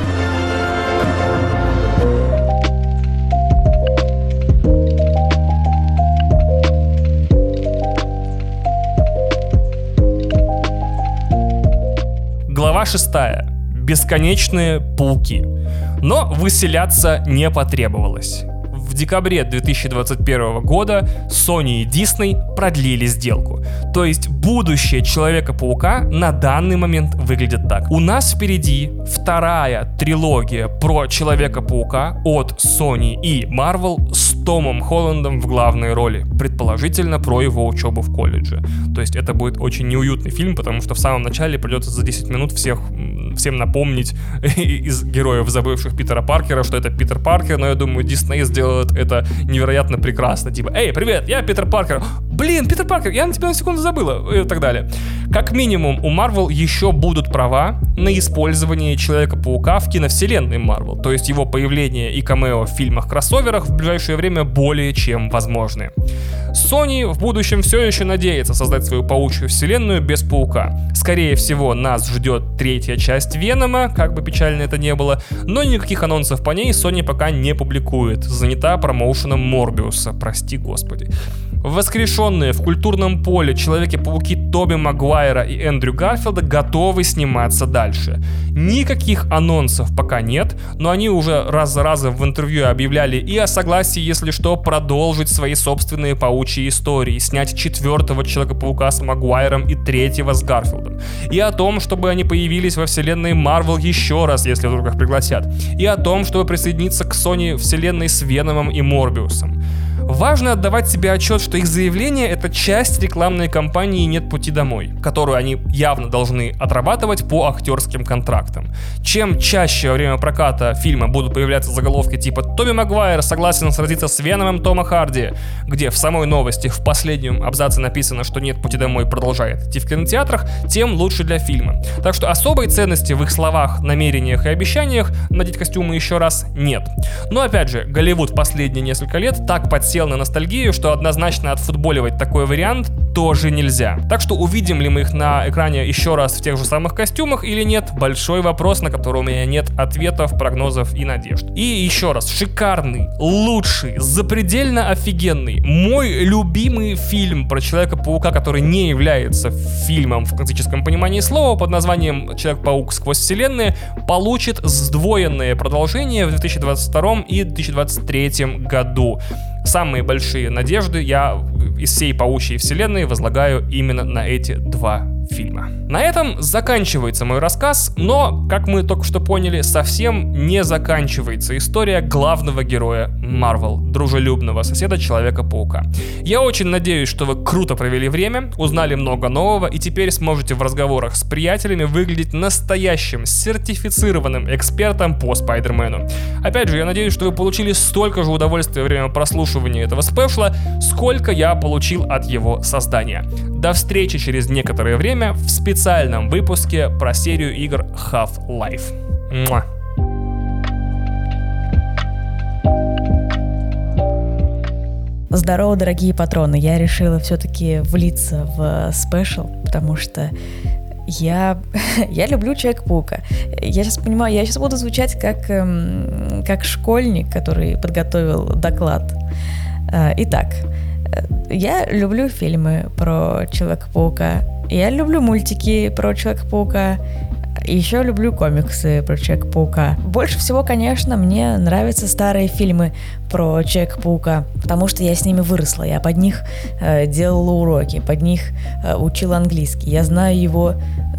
Глава 6. Бесконечные пауки. Но выселяться не потребовалось. В декабре 2021 года Sony и Disney продлили сделку. То есть будущее Человека-паука на данный момент выглядит так. У нас впереди вторая трилогия про Человека-паука от Sony и Marvel с Томом Холландом в главной роли. Предположительно, про его учебу в колледже. То есть это будет очень неуютный фильм, потому что в самом начале придется за 10 минут всем напомнить из героев, забывших Питера Паркера, что это Питер Паркер, но я думаю, Дисней сделает это невероятно прекрасно. Типа, эй, привет, я Питер Паркер. Блин, Питер Паркер, я на тебя на секунду забыла. И так далее. Как минимум, у Marvel еще будут права на использование Человека-паука в киновселенной Marvel. То есть его появление и камео в фильмах-кроссоверах в ближайшее время более чем возможны. Sony в будущем все еще надеется создать свою паучью вселенную без паука. Скорее всего, нас ждет 3-я часть Венома, как бы печально это не было, но никаких анонсов по ней Sony пока не публикует. Занята промоушеном Морбиуса, прости господи. Воскрешенные в культурном поле Человеки-пауки Тоби Магуайра и Эндрю Гарфилда готовы сниматься дальше. Никаких анонсов пока нет, но они уже раз за разом в интервью объявляли и о согласии, если что, продолжить свои собственные паучьи истории, снять 4-го Человека-паука с Магуайром и 3-го с Гарфилдом. И о том, чтобы они появились во вселенной Marvel еще раз, если вдруг их пригласят. И о том, чтобы присоединиться к Sony вселенной с Веномом и Морбиусом. Важно отдавать себе отчет, что их заявление — это часть рекламной кампании «Нет пути домой», которую они явно должны отрабатывать по актерским контрактам. Чем чаще во время проката фильма будут появляться заголовки типа «Тоби Магуайр согласен сразиться с Веномом Тома Харди», где в самой новости в последнем абзаце написано, что «Нет пути домой» продолжает идти в кинотеатрах, тем лучше для фильма. Так что особой ценности в их словах, намерениях и обещаниях надеть костюмы еще раз нет. Но опять же, Голливуд последние несколько лет так подсел на ностальгию, что однозначно отфутболивать такой вариант тоже нельзя. Так что увидим ли мы их на экране еще раз в тех же самых костюмах или нет, большой вопрос, на который у меня нет ответов, прогнозов и надежд. И еще раз, шикарный, лучший, запредельно офигенный, мой любимый фильм про Человека-паука, который не является фильмом в классическом понимании слова, под названием «Человек-паук сквозь вселенные», получит сдвоенное продолжение в 2022 и 2023 году. Самые большие надежды я из всей паучьей вселенной возлагаю именно на эти 2 фильма. На этом заканчивается мой рассказ, но, как мы только что поняли, совсем не заканчивается история главного героя Marvel, дружелюбного соседа Человека-паука. Я очень надеюсь, что вы круто провели время, узнали много нового и теперь сможете в разговорах с приятелями выглядеть настоящим, сертифицированным экспертом по Спайдермену. Опять же, я надеюсь, что вы получили столько же удовольствия во время прослушивания этого спешла, сколько я получил от его создания. До встречи через некоторое время в специальном выпуске про серию игр Half-Life. Муа. Здорово, дорогие патроны. Я решила все-таки влиться в спешл, потому что я люблю Человека-паука. Я сейчас понимаю, я сейчас буду звучать как школьник, который подготовил доклад. Итак, я люблю фильмы про Человека-паука, я люблю мультики про Человека-паука, еще люблю комиксы про Человека-паука. Больше всего, конечно, мне нравятся старые фильмы про Человека-паука, потому что я с ними выросла, я под них делала уроки, под них учила английский, я знаю его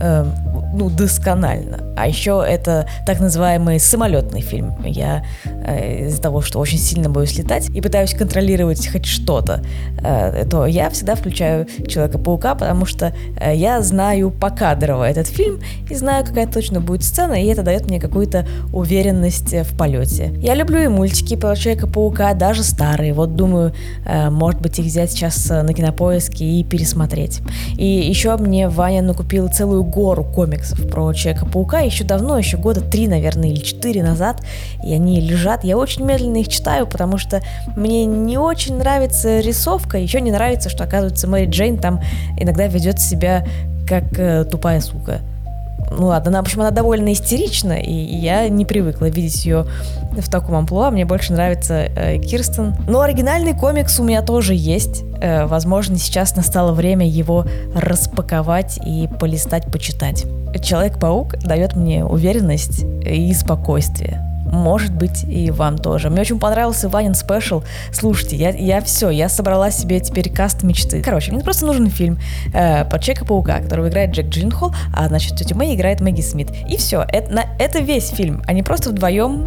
досконально. А еще это так называемый самолетный фильм. Я из-за того, что очень сильно боюсь летать и пытаюсь контролировать хоть что-то, то я всегда включаю Человека-паука, потому что я знаю покадрово этот фильм и знаю, какая точно будет сцена, и это дает мне какую-то уверенность в полете. Я люблю и мультики про Человека-паука, даже старые. Вот думаю, может быть, их взять сейчас на Кинопоиске и пересмотреть. И еще мне Ваня накупил целую гору комиксов про Человека-паука еще давно, еще года 3, наверное, или 4 назад, и они лежат. Я очень медленно их читаю, потому что мне не очень нравится рисовка, еще не нравится, что, оказывается, Мэри Джейн там иногда ведет себя как тупая сука. Ну ладно, в общем, она довольно истерична, и я не привыкла видеть ее в таком амплуа. Мне больше нравится Кирстен. Но оригинальный комикс у меня тоже есть. Возможно, сейчас настало время его распаковать и полистать, почитать. Человек-паук дает мне уверенность и спокойствие. Может быть, и вам тоже. Мне очень понравился Ванин спешл. Слушайте, я собрала себе теперь каст мечты. Короче, мне просто нужен фильм про Человека-паука, которого играет Джек Джилленхол, а значит, тетя Мэй играет Мэгги Смит. И все, это весь фильм. Они просто вдвоем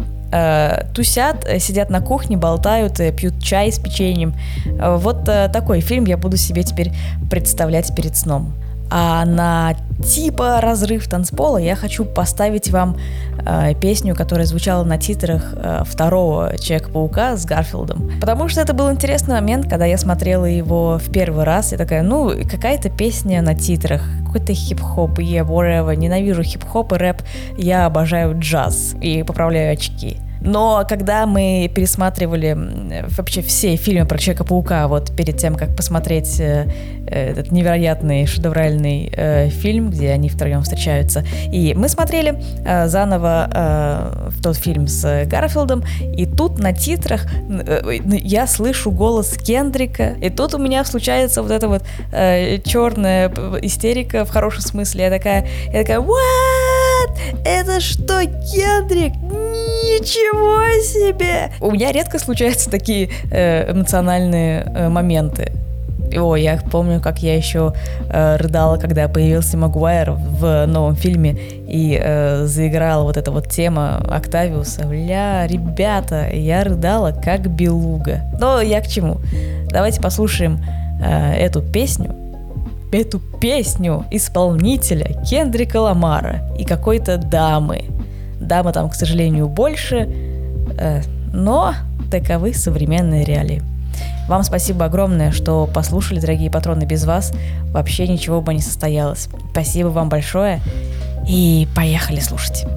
тусят, сидят на кухне, болтают, пьют чай с печеньем. Вот такой фильм я буду себе теперь представлять перед сном. А на типа разрыв танцпола я хочу поставить вам песню, которая звучала на титрах второго Человека-паука с Гарфилдом. Потому что это был интересный момент, когда я смотрела его в первый раз. Я такая, какая-то песня на титрах, какой-то хип-хоп, whatever. Ненавижу хип-хоп и рэп, я обожаю джаз и поправляю очки. Но когда мы пересматривали вообще все фильмы про Человека-паука, вот перед тем, как посмотреть этот невероятный шедевральный фильм, где они втроем встречаются, и мы смотрели заново тот фильм с Гарфилдом, и тут на титрах я слышу голос Кендрика, и тут у меня случается вот эта вот черная истерика в хорошем смысле. Я такая, what? Это что, Кендрик? Ничего себе! У меня редко случаются такие эмоциональные моменты. Я помню, как я еще рыдала, когда появился Магуайр в новом фильме и заиграла вот эта вот тема Октавиуса. Ребята, я рыдала как белуга. Но я к чему? Давайте послушаем эту песню исполнителя Кендрика Ламара и какой-то дамы. Дамы там, к сожалению, больше, но таковы современные реалии. Вам спасибо огромное, что послушали, дорогие патроны. Без вас вообще ничего бы не состоялось. Спасибо вам большое. И поехали слушать.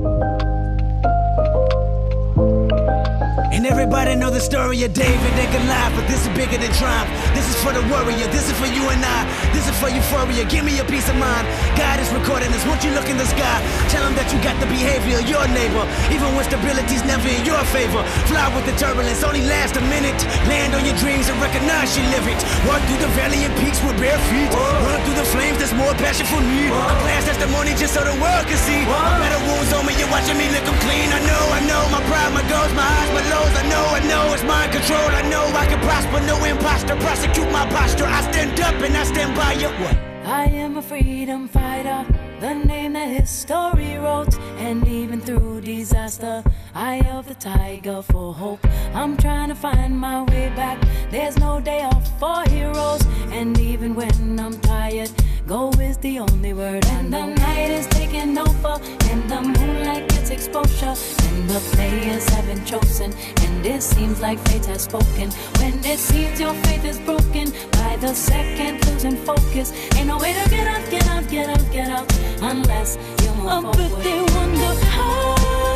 And everybody know the story of David and Goliath, but this is bigger than triumph. This is for the warrior, this is for you and I. This is for euphoria, give me a peace of mind. God is recording this, won't you look in the sky? Tell him that you got the behavior of your neighbor, even when stability's never in your favor. Fly with the turbulence, only last a minute. Land on your dreams and recognize you live it. Walk through the valley and peaks with bare feet. Run through the flames, there's more passion for me. A glass testimony just so the world can see. Better wounds on me, you're watching me lick them clean. I know, my pride, my goals, my highs, my lows. I know it's mind control. I know I can prosper, no imposter. Prosecute my posture. I stand up and I stand by you. What? I am a freedom fighter, the name that history wrote. And even through disaster, eye of the tiger for hope. I'm trying to find my way back. There's no day off for heroes. And even when I'm tired, go is the only word. And the night is taking over, and the moonlight gets exposure, and the players have been chosen, and it seems like fate has spoken. When it seems your faith is broken, by the second losing focus, ain't no way to get out, get out, get out, get out, unless you move forward. But they wonder how.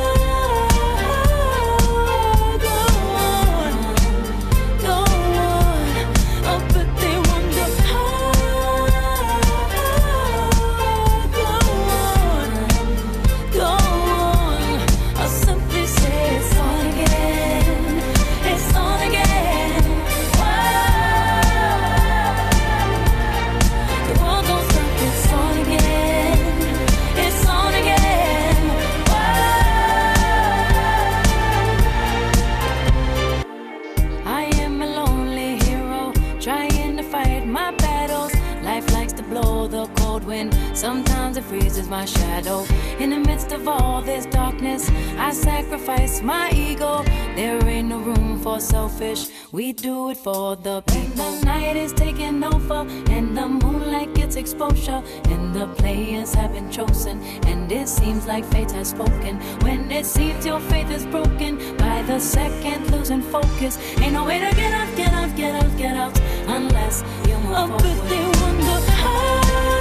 Sometimes it freezes my shadow. In the midst of all this darkness, I sacrifice my ego. There ain't no room for selfish, we do it for the people. The night is taking over, and the moonlight gets exposure, and the players have been chosen, and it seems like fate has spoken. When it seems your faith is broken, by the second losing focus, ain't no way to get out, get out, get out, get out, unless you move forward. But they wonder how.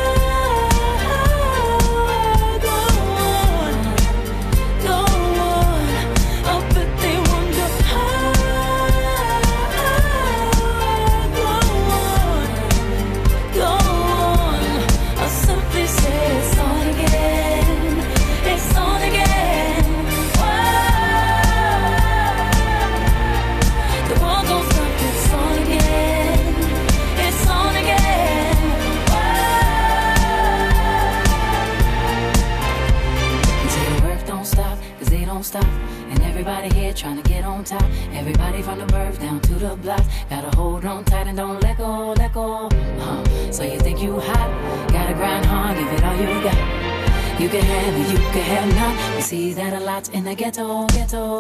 Stop, and everybody here trying to get on top. Everybody from the birth down to the block, gotta hold on tight and don't let go, let go. So you think you hot, gotta grind hard, give it all you got. You can have it, you can have none. We see that a lot in the ghetto, ghetto.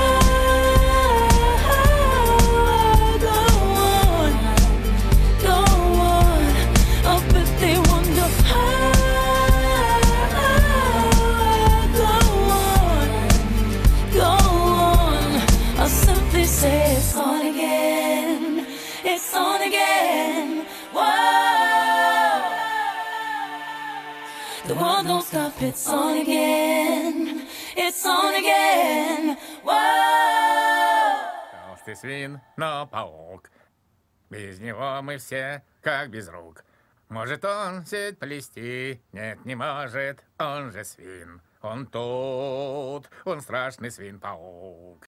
Go on, oh, but they wonder how. Say it's on again, it's on again. Whoa, the world don't stop. It's on again, it's on again. Whoa. Толстый свин, но паук. Без него мы все как без рук. Может он сеть плести? Нет, не может. Он же свин. Он тут, он страшный свин-паук.